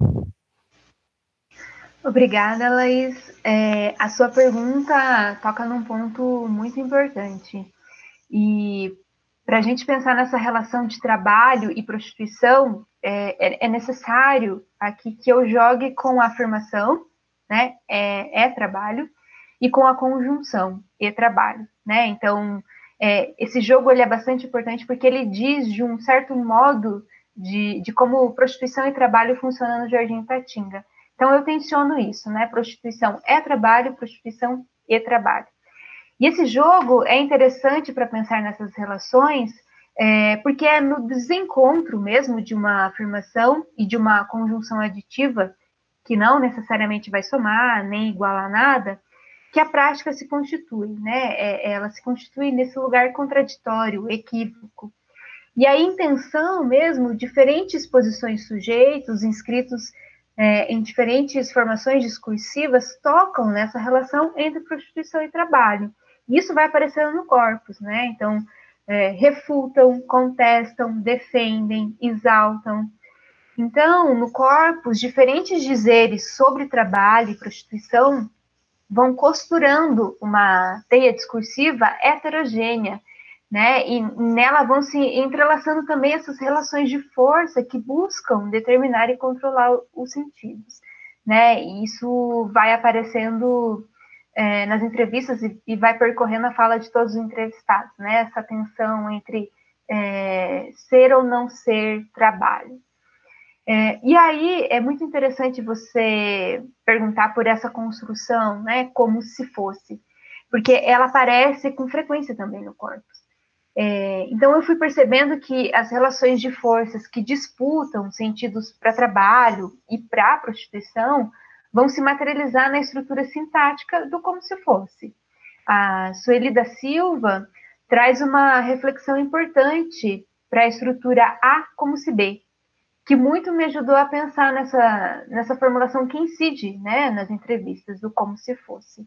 Obrigada, Laís. A sua pergunta toca num ponto muito importante. E para a gente pensar nessa relação de trabalho e prostituição, é necessário aqui que eu jogue com a afirmação, né, é trabalho, e com a conjunção, e trabalho, né? Então, esse jogo ele é bastante importante porque ele diz de um certo modo de como prostituição e trabalho funcionam no Jardim Itatinga. Então, eu tensiono isso, né? Prostituição é trabalho, prostituição e trabalho. E esse jogo é interessante para pensar nessas relações, porque é no desencontro mesmo de uma afirmação e de uma conjunção aditiva, que não necessariamente vai somar, nem igualar nada, que a prática se constitui, né? Ela se constitui nesse lugar contraditório, equívoco. E a intenção mesmo, diferentes posições sujeitos, inscritos em diferentes formações discursivas, tocam nessa relação entre prostituição e trabalho. Isso vai aparecendo no corpus, né? Então, refutam, contestam, defendem, exaltam. Então, no corpus, diferentes dizeres sobre trabalho e prostituição vão costurando uma teia discursiva heterogênea, né? E nela vão se entrelaçando também essas relações de força que buscam determinar e controlar os sentidos, né? E isso vai aparecendo nas entrevistas e vai percorrendo a fala de todos os entrevistados, né? Essa tensão entre ser ou não ser trabalho. E aí é muito interessante você perguntar por essa construção, né, como se fosse, porque ela aparece com frequência também no corpus. Então eu fui percebendo que as relações de forças que disputam sentidos para trabalho e para prostituição vão se materializar na estrutura sintática do como se fosse. A Sueli da Silva traz uma reflexão importante para a estrutura A como se B, que muito me ajudou a pensar nessa formulação que incide, né, nas entrevistas, do como se fosse.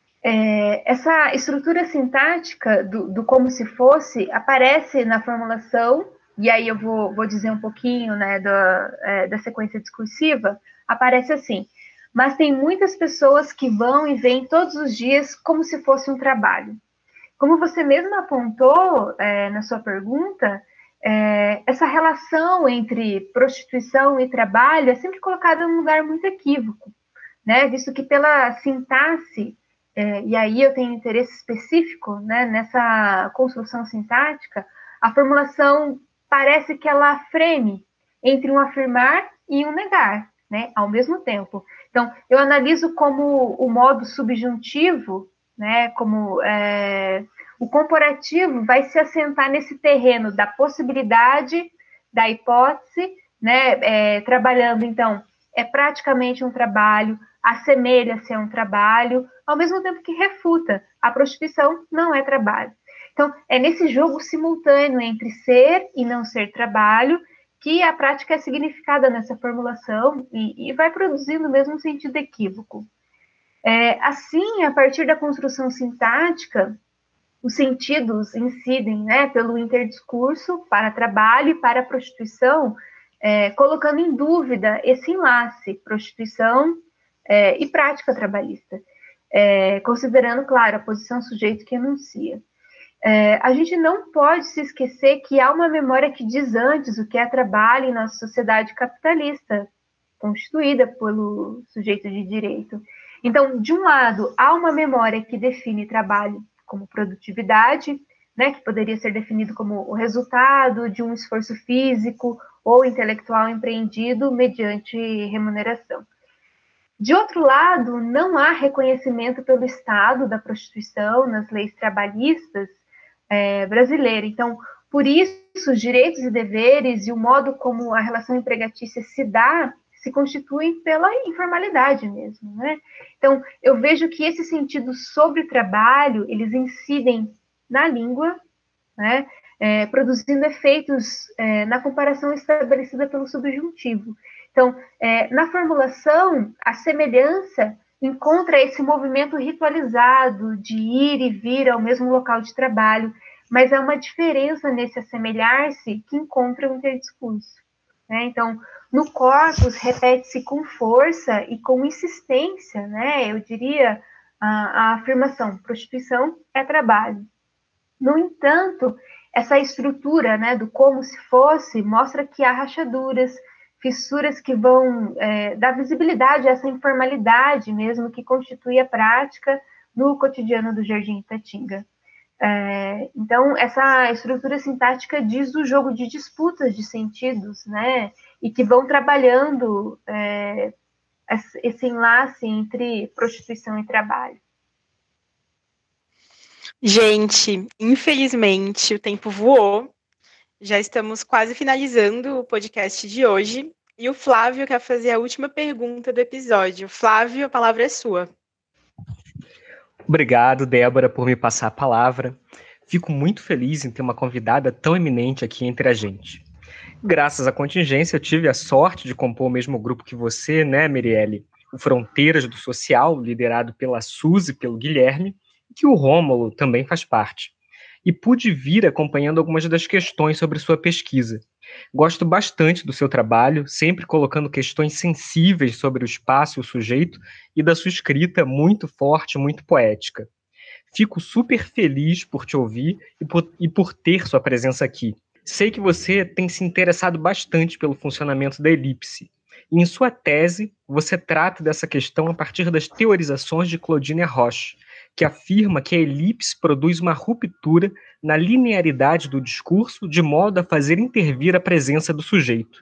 Essa estrutura sintática do como se fosse aparece na formulação, e aí eu vou dizer um pouquinho, né, da sequência discursiva, aparece assim: mas tem muitas pessoas que vão e vêm todos os dias como se fosse um trabalho. Como você mesmo apontou na sua pergunta, essa relação entre prostituição e trabalho é sempre colocada num lugar muito equívoco, né? Visto que pela sintaxe e aí eu tenho interesse específico, né, nessa construção sintática, a formulação parece que ela freme entre um afirmar e um negar, né, ao mesmo tempo. Então, eu analiso como o modo subjuntivo, né, como o comparativo vai se assentar nesse terreno da possibilidade, da hipótese, né, trabalhando, então, é praticamente um trabalho, assemelha-se a um trabalho, ao mesmo tempo que refuta, a prostituição não é trabalho. Então, é nesse jogo simultâneo entre ser e não ser trabalho que a prática é significada nessa formulação e vai produzindo o mesmo sentido equívoco. Assim, a partir da construção sintática, os sentidos incidem, né, pelo interdiscurso para trabalho e para prostituição, colocando em dúvida esse enlace, prostituição e prática trabalhista, considerando, claro, a posição sujeito que enuncia. A gente não pode se esquecer que há uma memória que diz antes o que é trabalho em nossa sociedade capitalista, constituída pelo sujeito de direito. Então, de um lado, há uma memória que define trabalho como produtividade, né, que poderia ser definido como o resultado de um esforço físico ou intelectual empreendido mediante remuneração. De outro lado, não há reconhecimento pelo Estado da prostituição nas leis trabalhistas brasileiras. Então, por isso, os direitos e deveres e o modo como a relação empregatícia se dá se constituem pela informalidade mesmo, né? Então, eu vejo que esse sentido sobre trabalho, eles incidem na língua, né? Produzindo efeitos na comparação estabelecida pelo subjuntivo. Então, na formulação, a semelhança encontra esse movimento ritualizado de ir e vir ao mesmo local de trabalho, mas há uma diferença nesse assemelhar-se que encontra o interdiscurso, né? Então, no corpus, repete-se com força e com insistência, né? Eu diria a afirmação, prostituição é trabalho. No entanto, essa estrutura, né, do como se fosse, mostra que há rachaduras, fissuras que vão dar visibilidade a essa informalidade mesmo que constitui a prática no cotidiano do Jardim Itatinga. Então, essa estrutura sintática diz o jogo de disputas de sentidos, né, e que vão trabalhando esse enlace entre prostituição e trabalho. Gente, infelizmente o tempo voou. Já estamos quase finalizando o podcast de hoje. E o Flávio quer fazer a última pergunta do episódio. Flávio, a palavra é sua. Obrigado, Débora, por me passar a palavra. Fico muito feliz em ter uma convidada tão eminente aqui entre a gente. Graças à contingência, eu tive a sorte de compor o mesmo grupo que você, né, Mirielle? O Fronteiras do Social, liderado pela Suzy e pelo Guilherme, que o Rômulo também faz parte. E pude vir acompanhando algumas das questões sobre sua pesquisa. Gosto bastante do seu trabalho, sempre colocando questões sensíveis sobre o espaço e o sujeito, e da sua escrita muito forte, muito poética. Fico super feliz por te ouvir e por ter sua presença aqui. Sei que você tem se interessado bastante pelo funcionamento da elipse. E em sua tese, você trata dessa questão a partir das teorizações de Claudine Roche, que afirma que a elipse produz uma ruptura na linearidade do discurso de modo a fazer intervir a presença do sujeito.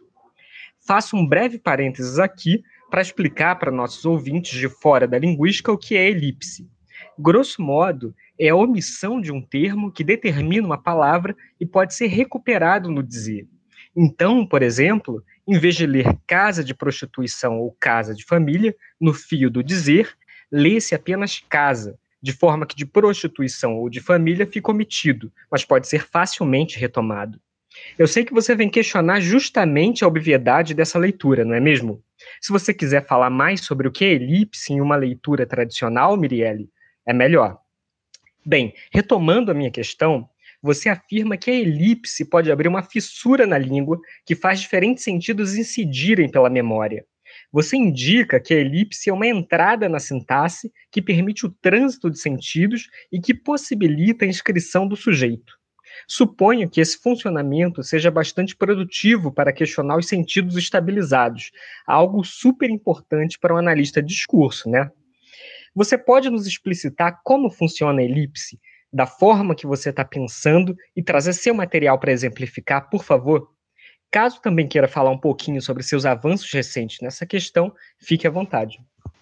Faço um breve parênteses aqui para explicar para nossos ouvintes de fora da linguística o que é elipse. Grosso modo, é a omissão de um termo que determina uma palavra e pode ser recuperado no dizer. Então, por exemplo, em vez de ler casa de prostituição ou casa de família, no fio do dizer, lê-se apenas casa, de forma que de prostituição ou de família fica omitido, mas pode ser facilmente retomado. Eu sei que você vem questionar justamente a obviedade dessa leitura, não é mesmo? Se você quiser falar mais sobre o que é elipse em uma leitura tradicional, Mirielle, é melhor. Bem, retomando a minha questão, você afirma que a elipse pode abrir uma fissura na língua que faz diferentes sentidos incidirem pela memória. Você indica que a elipse é uma entrada na sintaxe que permite o trânsito de sentidos e que possibilita a inscrição do sujeito. Suponho que esse funcionamento seja bastante produtivo para questionar os sentidos estabilizados, algo super importante para um analista de discurso, né? Você pode nos explicitar como funciona a elipse, da forma que você está pensando e trazer seu material para exemplificar, por favor? Caso também queira falar um pouquinho sobre seus avanços recentes nessa questão, fique à vontade.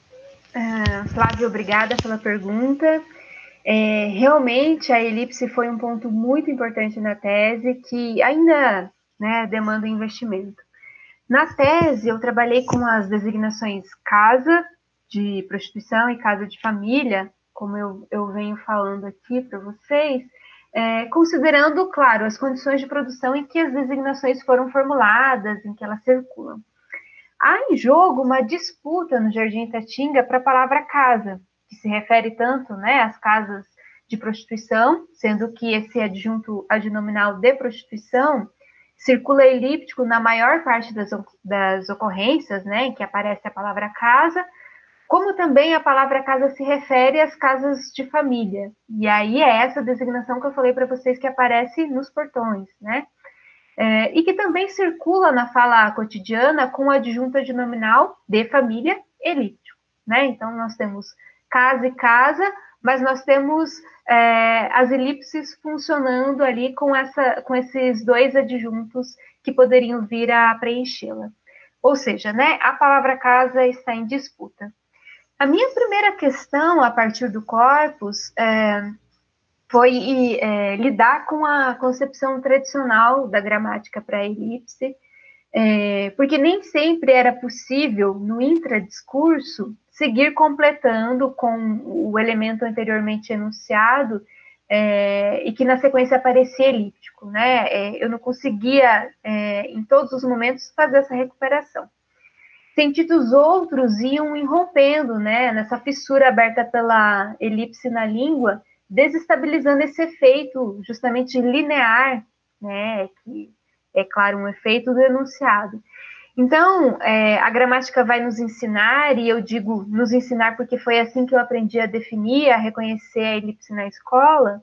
Flávio, obrigada pela pergunta. Realmente, a elipse foi um ponto muito importante na tese que ainda, né, demanda investimento. Na tese, eu trabalhei com as designações casa de prostituição e casa de família, como eu venho falando aqui para vocês, considerando, claro, as condições de produção em que as designações foram formuladas, em que elas circulam. Há em jogo uma disputa no Jardim Itatinga para a palavra casa, que se refere tanto, né, às casas de prostituição, sendo que esse adjunto adnominal de prostituição circula elíptico na maior parte das ocorrências, né, em que aparece a palavra casa, como também a palavra casa se refere às casas de família. E aí é essa designação que eu falei para vocês que aparece nos portões, né? E que também circula na fala cotidiana com o adjunto adnominal de família elíptico, né? Então, nós temos casa e casa, mas nós temos as elipses funcionando ali com esses dois adjuntos que poderiam vir a preenchê-la. Ou seja, né, a palavra casa está em disputa. A minha primeira questão, a partir do corpus, foi lidar com a concepção tradicional da gramática para a elipse, porque nem sempre era possível, no intradiscurso, seguir completando com o elemento anteriormente enunciado e que na sequência aparecia elíptico, né? Eu não conseguia, em todos os momentos, fazer essa recuperação. Sentidos outros iam irrompendo, né, nessa fissura aberta pela elipse na língua, desestabilizando esse efeito justamente linear, né, que é, claro, um efeito do enunciado. Então, a gramática vai nos ensinar, e eu digo nos ensinar porque foi assim que eu aprendi a definir, a reconhecer a elipse na escola,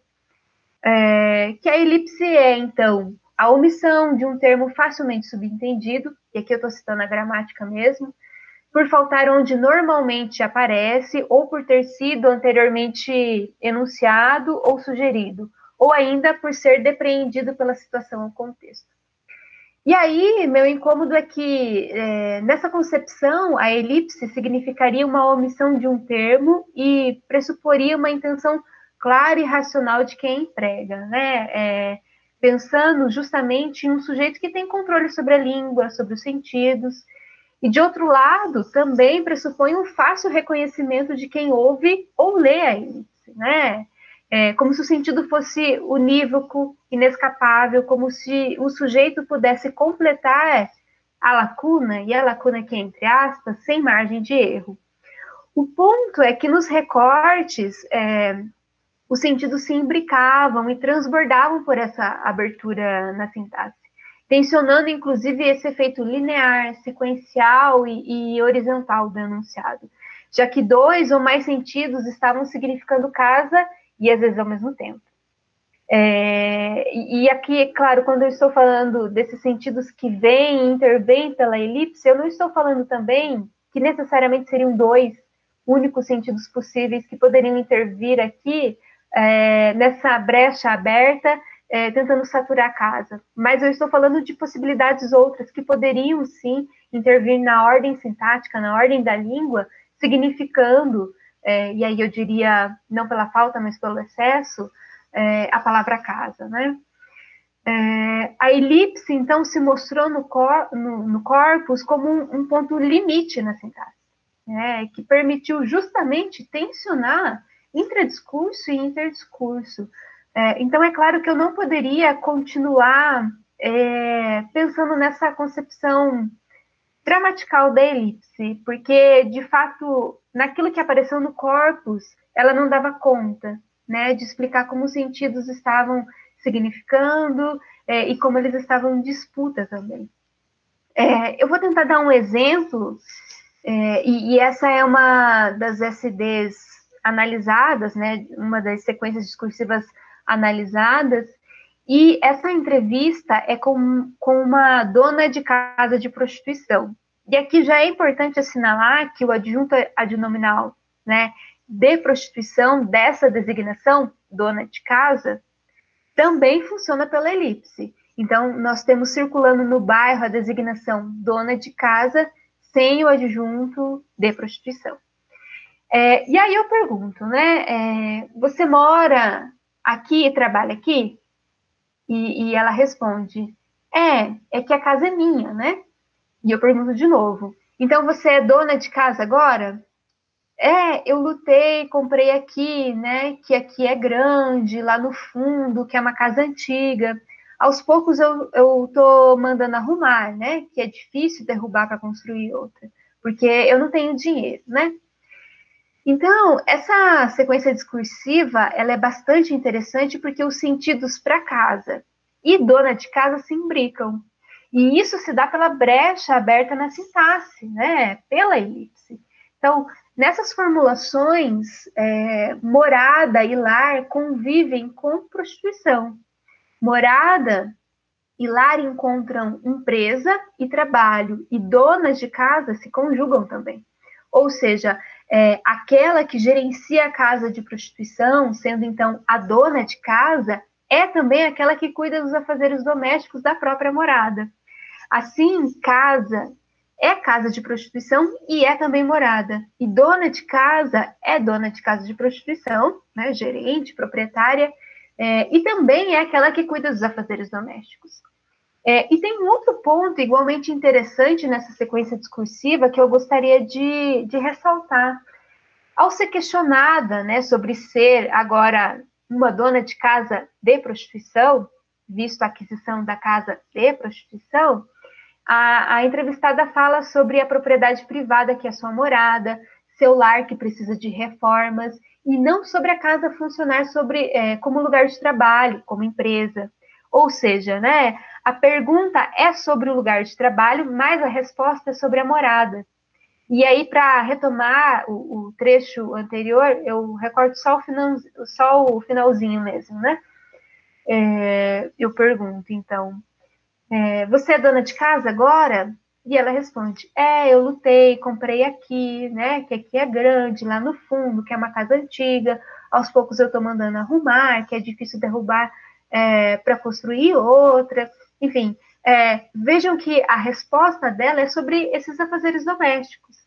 que a elipse é, então, a omissão de um termo facilmente subentendido, e aqui eu estou citando a gramática mesmo, por faltar onde normalmente aparece, ou por ter sido anteriormente enunciado ou sugerido, ou ainda por ser depreendido pela situação ou contexto. E aí, meu incômodo é que, nessa concepção, a elipse significaria uma omissão de um termo e pressuporia uma intenção clara e racional de quem emprega, né? Pensando justamente em um sujeito que tem controle sobre a língua, sobre os sentidos. E, de outro lado, também pressupõe um fácil reconhecimento de quem ouve ou lê a elipse, né? Como se o sentido fosse unívoco, inescapável, como se o sujeito pudesse completar a lacuna, e a lacuna aqui entre aspas, sem margem de erro. O ponto é que nos recortes, os sentidos se imbricavam e transbordavam por essa abertura na sintaxe, tensionando, inclusive, esse efeito linear, sequencial e horizontal do enunciado, já que dois ou mais sentidos estavam significando casa e às vezes ao mesmo tempo. E aqui, claro, quando eu estou falando desses sentidos que vêm e intervêm pela elipse, eu não estou falando também que necessariamente seriam dois únicos sentidos possíveis que poderiam intervir aqui nessa brecha aberta, tentando saturar a casa. Mas eu estou falando de possibilidades outras que poderiam, sim, intervir na ordem sintática, na ordem da língua, significando, e aí eu diria, não pela falta, mas pelo excesso, a palavra casa, né? A elipse, então, se mostrou no corpus como um ponto limite na sintaxe, né? Que permitiu justamente tensionar intradiscurso e interdiscurso. Então, é claro que eu não poderia continuar pensando nessa concepção gramatical da elipse, porque, de fato, naquilo que apareceu no corpus, ela não dava conta, né, de explicar como os sentidos estavam significando e como eles estavam em disputa também. Eu vou tentar dar um exemplo, e essa é uma das SDs analisadas, né, uma das sequências discursivas analisadas, e essa entrevista é com uma dona de casa de prostituição. E aqui já é importante assinalar que o adjunto adnominal, né, de prostituição dessa designação, dona de casa, também funciona pela elipse. Então, nós temos circulando no bairro a designação dona de casa sem o adjunto de prostituição. E aí eu pergunto, né? Você mora aqui e trabalha aqui? E ela responde, é que a casa é minha, né? E eu pergunto de novo, então você é dona de casa agora? Eu lutei, comprei aqui, né? Que aqui é grande, lá no fundo, que é uma casa antiga. Aos poucos eu tô mandando arrumar, né? Que é difícil derrubar para construir outra, porque eu não tenho dinheiro, né? Então, essa sequência discursiva, ela é bastante interessante porque os sentidos para casa e dona de casa se imbricam. E isso se dá pela brecha aberta na sintaxe, né? Pela elipse. Então, nessas formulações, morada e lar convivem com prostituição. Morada e lar encontram empresa e trabalho, e donas de casa se conjugam também. Ou seja, aquela que gerencia a casa de prostituição, sendo então a dona de casa, é também aquela que cuida dos afazeres domésticos da própria morada. Assim, casa é casa de prostituição e é também morada. E dona de casa é dona de casa de prostituição, né, gerente, proprietária, e também é aquela que cuida dos afazeres domésticos. E tem um outro ponto igualmente interessante nessa sequência discursiva que eu gostaria de ressaltar. Ao ser questionada, né, sobre ser agora uma dona de casa de prostituição, visto a aquisição da casa de prostituição, a entrevistada fala sobre a propriedade privada que é sua morada, seu lar que precisa de reformas, e não sobre a casa funcionar como lugar de trabalho, como empresa. Ou seja, né, a pergunta é sobre o lugar de trabalho, mas a resposta é sobre a morada. E aí, para retomar o trecho anterior, eu recordo só o finalzinho mesmo, né? Eu pergunto, então, você é dona de casa agora? E ela responde, eu lutei, comprei aqui, né? Que aqui é grande, lá no fundo, que é uma casa antiga. Aos poucos eu estou mandando arrumar, que é difícil derrubar para construir outra. Enfim, vejam que a resposta dela é sobre esses afazeres domésticos.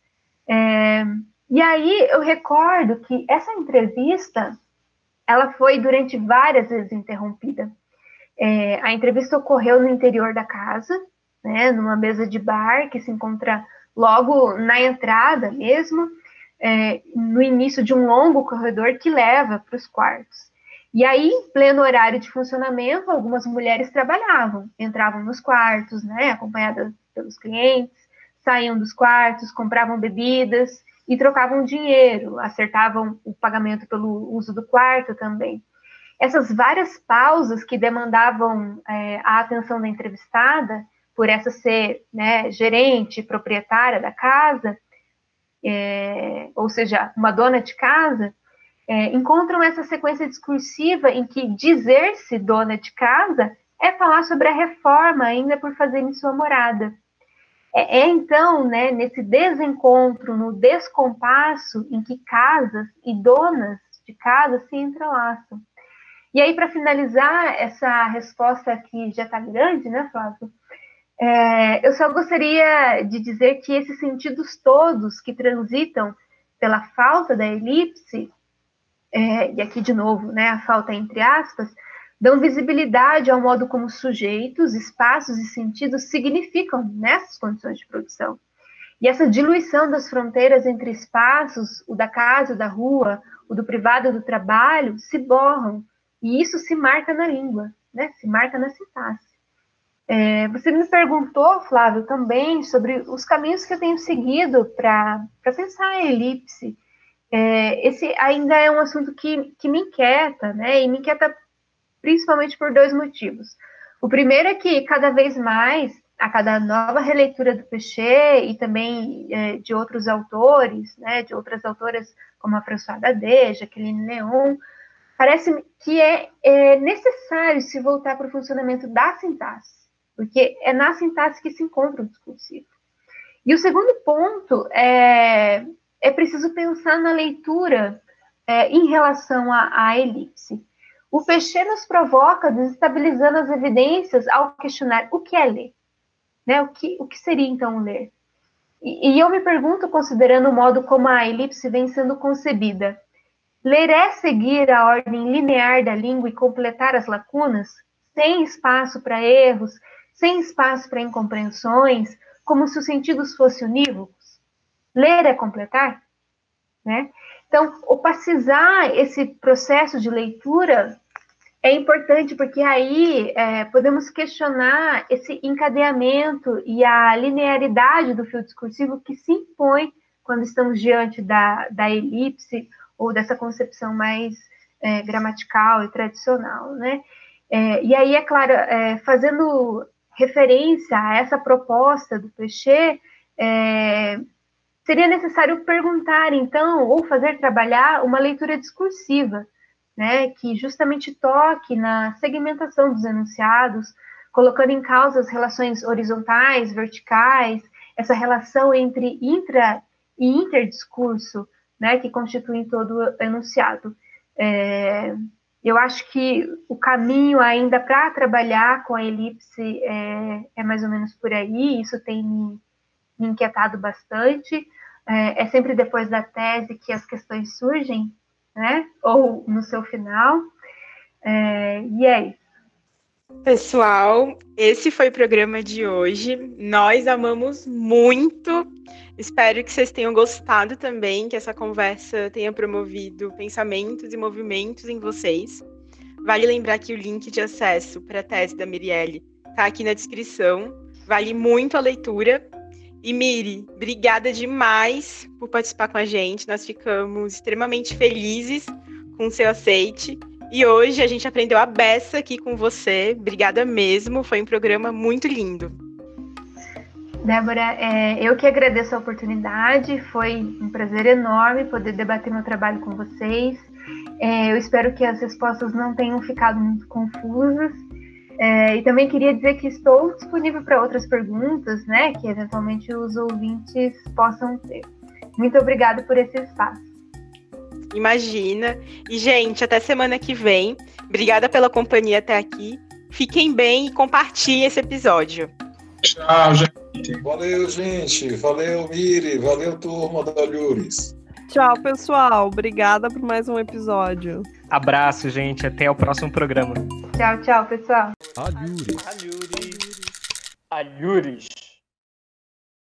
E aí eu recordo que essa entrevista, ela foi durante várias vezes interrompida. A entrevista ocorreu no interior da casa, né, numa mesa de bar que se encontra logo na entrada mesmo, no início de um longo corredor que leva para os quartos. E aí, em pleno horário de funcionamento, algumas mulheres trabalhavam, entravam nos quartos, né, acompanhadas pelos clientes, saíam dos quartos, compravam bebidas e trocavam dinheiro, acertavam o pagamento pelo uso do quarto também. Essas várias pausas que demandavam a atenção da entrevistada, por essa ser, né, gerente, proprietária da casa, ou seja, uma dona de casa, encontram essa sequência discursiva em que dizer-se dona de casa é falar sobre a reforma ainda por fazer em sua morada. Então, né, nesse desencontro, no descompasso em que casas e donas de casa se entrelaçam. E aí, para finalizar essa resposta que já está grande, né, Flávio? Eu só gostaria de dizer que esses sentidos todos que transitam pela falta da elipse, e aqui de novo, né, a falta entre aspas, dão visibilidade ao modo como sujeitos, espaços e sentidos significam nessas condições de produção. E essa diluição das fronteiras entre espaços, o da casa, o da rua, o do privado e do trabalho, se borram. E isso se marca na língua, né? Se marca na sintaxe. Você me perguntou, Flávio, também sobre os caminhos que eu tenho seguido para pensar a elipse. Esse ainda é um assunto que me inquieta, né? E me inquieta principalmente por dois motivos. O primeiro é que cada vez mais, a cada nova releitura do Péchet e também de outros autores, né? De outras autoras como a Françoise Dadé, Jacqueline Leon, parece que é necessário se voltar para o funcionamento da sintaxe, porque é na sintaxe que se encontra o discursivo. E o segundo ponto é preciso pensar na leitura em relação à elipse. O Péchet nos provoca desestabilizando as evidências ao questionar o que é ler, né? O que seria então ler? E eu me pergunto, considerando o modo como a elipse vem sendo concebida, ler é seguir a ordem linear da língua e completar as lacunas, sem espaço para erros, sem espaço para incompreensões, como se os sentidos fossem unívocos? Ler é completar? Né? Então, opacizar esse processo de leitura é importante, porque aí podemos questionar esse encadeamento e a linearidade do fio discursivo que se impõe quando estamos diante da elipse ou dessa concepção mais gramatical e tradicional, né? E aí, é claro, fazendo referência a essa proposta do Péchet, seria necessário perguntar, então, ou fazer trabalhar uma leitura discursiva, né, que justamente toque na segmentação dos enunciados, colocando em causa as relações horizontais, verticais, essa relação entre intra e interdiscurso, né, que constituem todo o enunciado. Eu acho que o caminho ainda para trabalhar com a elipse é mais ou menos por aí, isso tem me inquietado bastante. É sempre depois da tese que as questões surgem, né? Ou no seu final. E é isso. Pessoal, esse foi o programa de hoje. Nós amamos muito. Espero que vocês tenham gostado também, que essa conversa tenha promovido pensamentos e movimentos em vocês. Vale lembrar que o link de acesso para a tese da Mirielle está aqui na descrição. Vale muito a leitura. E Miri, obrigada demais por participar com a gente. Nós ficamos extremamente felizes com o seu aceite. E hoje a gente aprendeu a beça aqui com você. Obrigada mesmo, foi um programa muito lindo. Débora, eu que agradeço a oportunidade. Foi um prazer enorme poder debater meu trabalho com vocês. Eu espero que as respostas não tenham ficado muito confusas. E também queria dizer que estou disponível para outras perguntas, né, que eventualmente os ouvintes possam ter. Muito obrigada por esse espaço. Imagina. E, gente, até semana que vem. Obrigada pela companhia até aqui. Fiquem bem e compartilhem esse episódio. Tchau, gente. Valeu, gente. Valeu, Miri. Valeu, turma da Alhures. Tchau, pessoal. Obrigada por mais um episódio. Abraço, gente. Até o próximo programa. Tchau, tchau, pessoal. Alhures.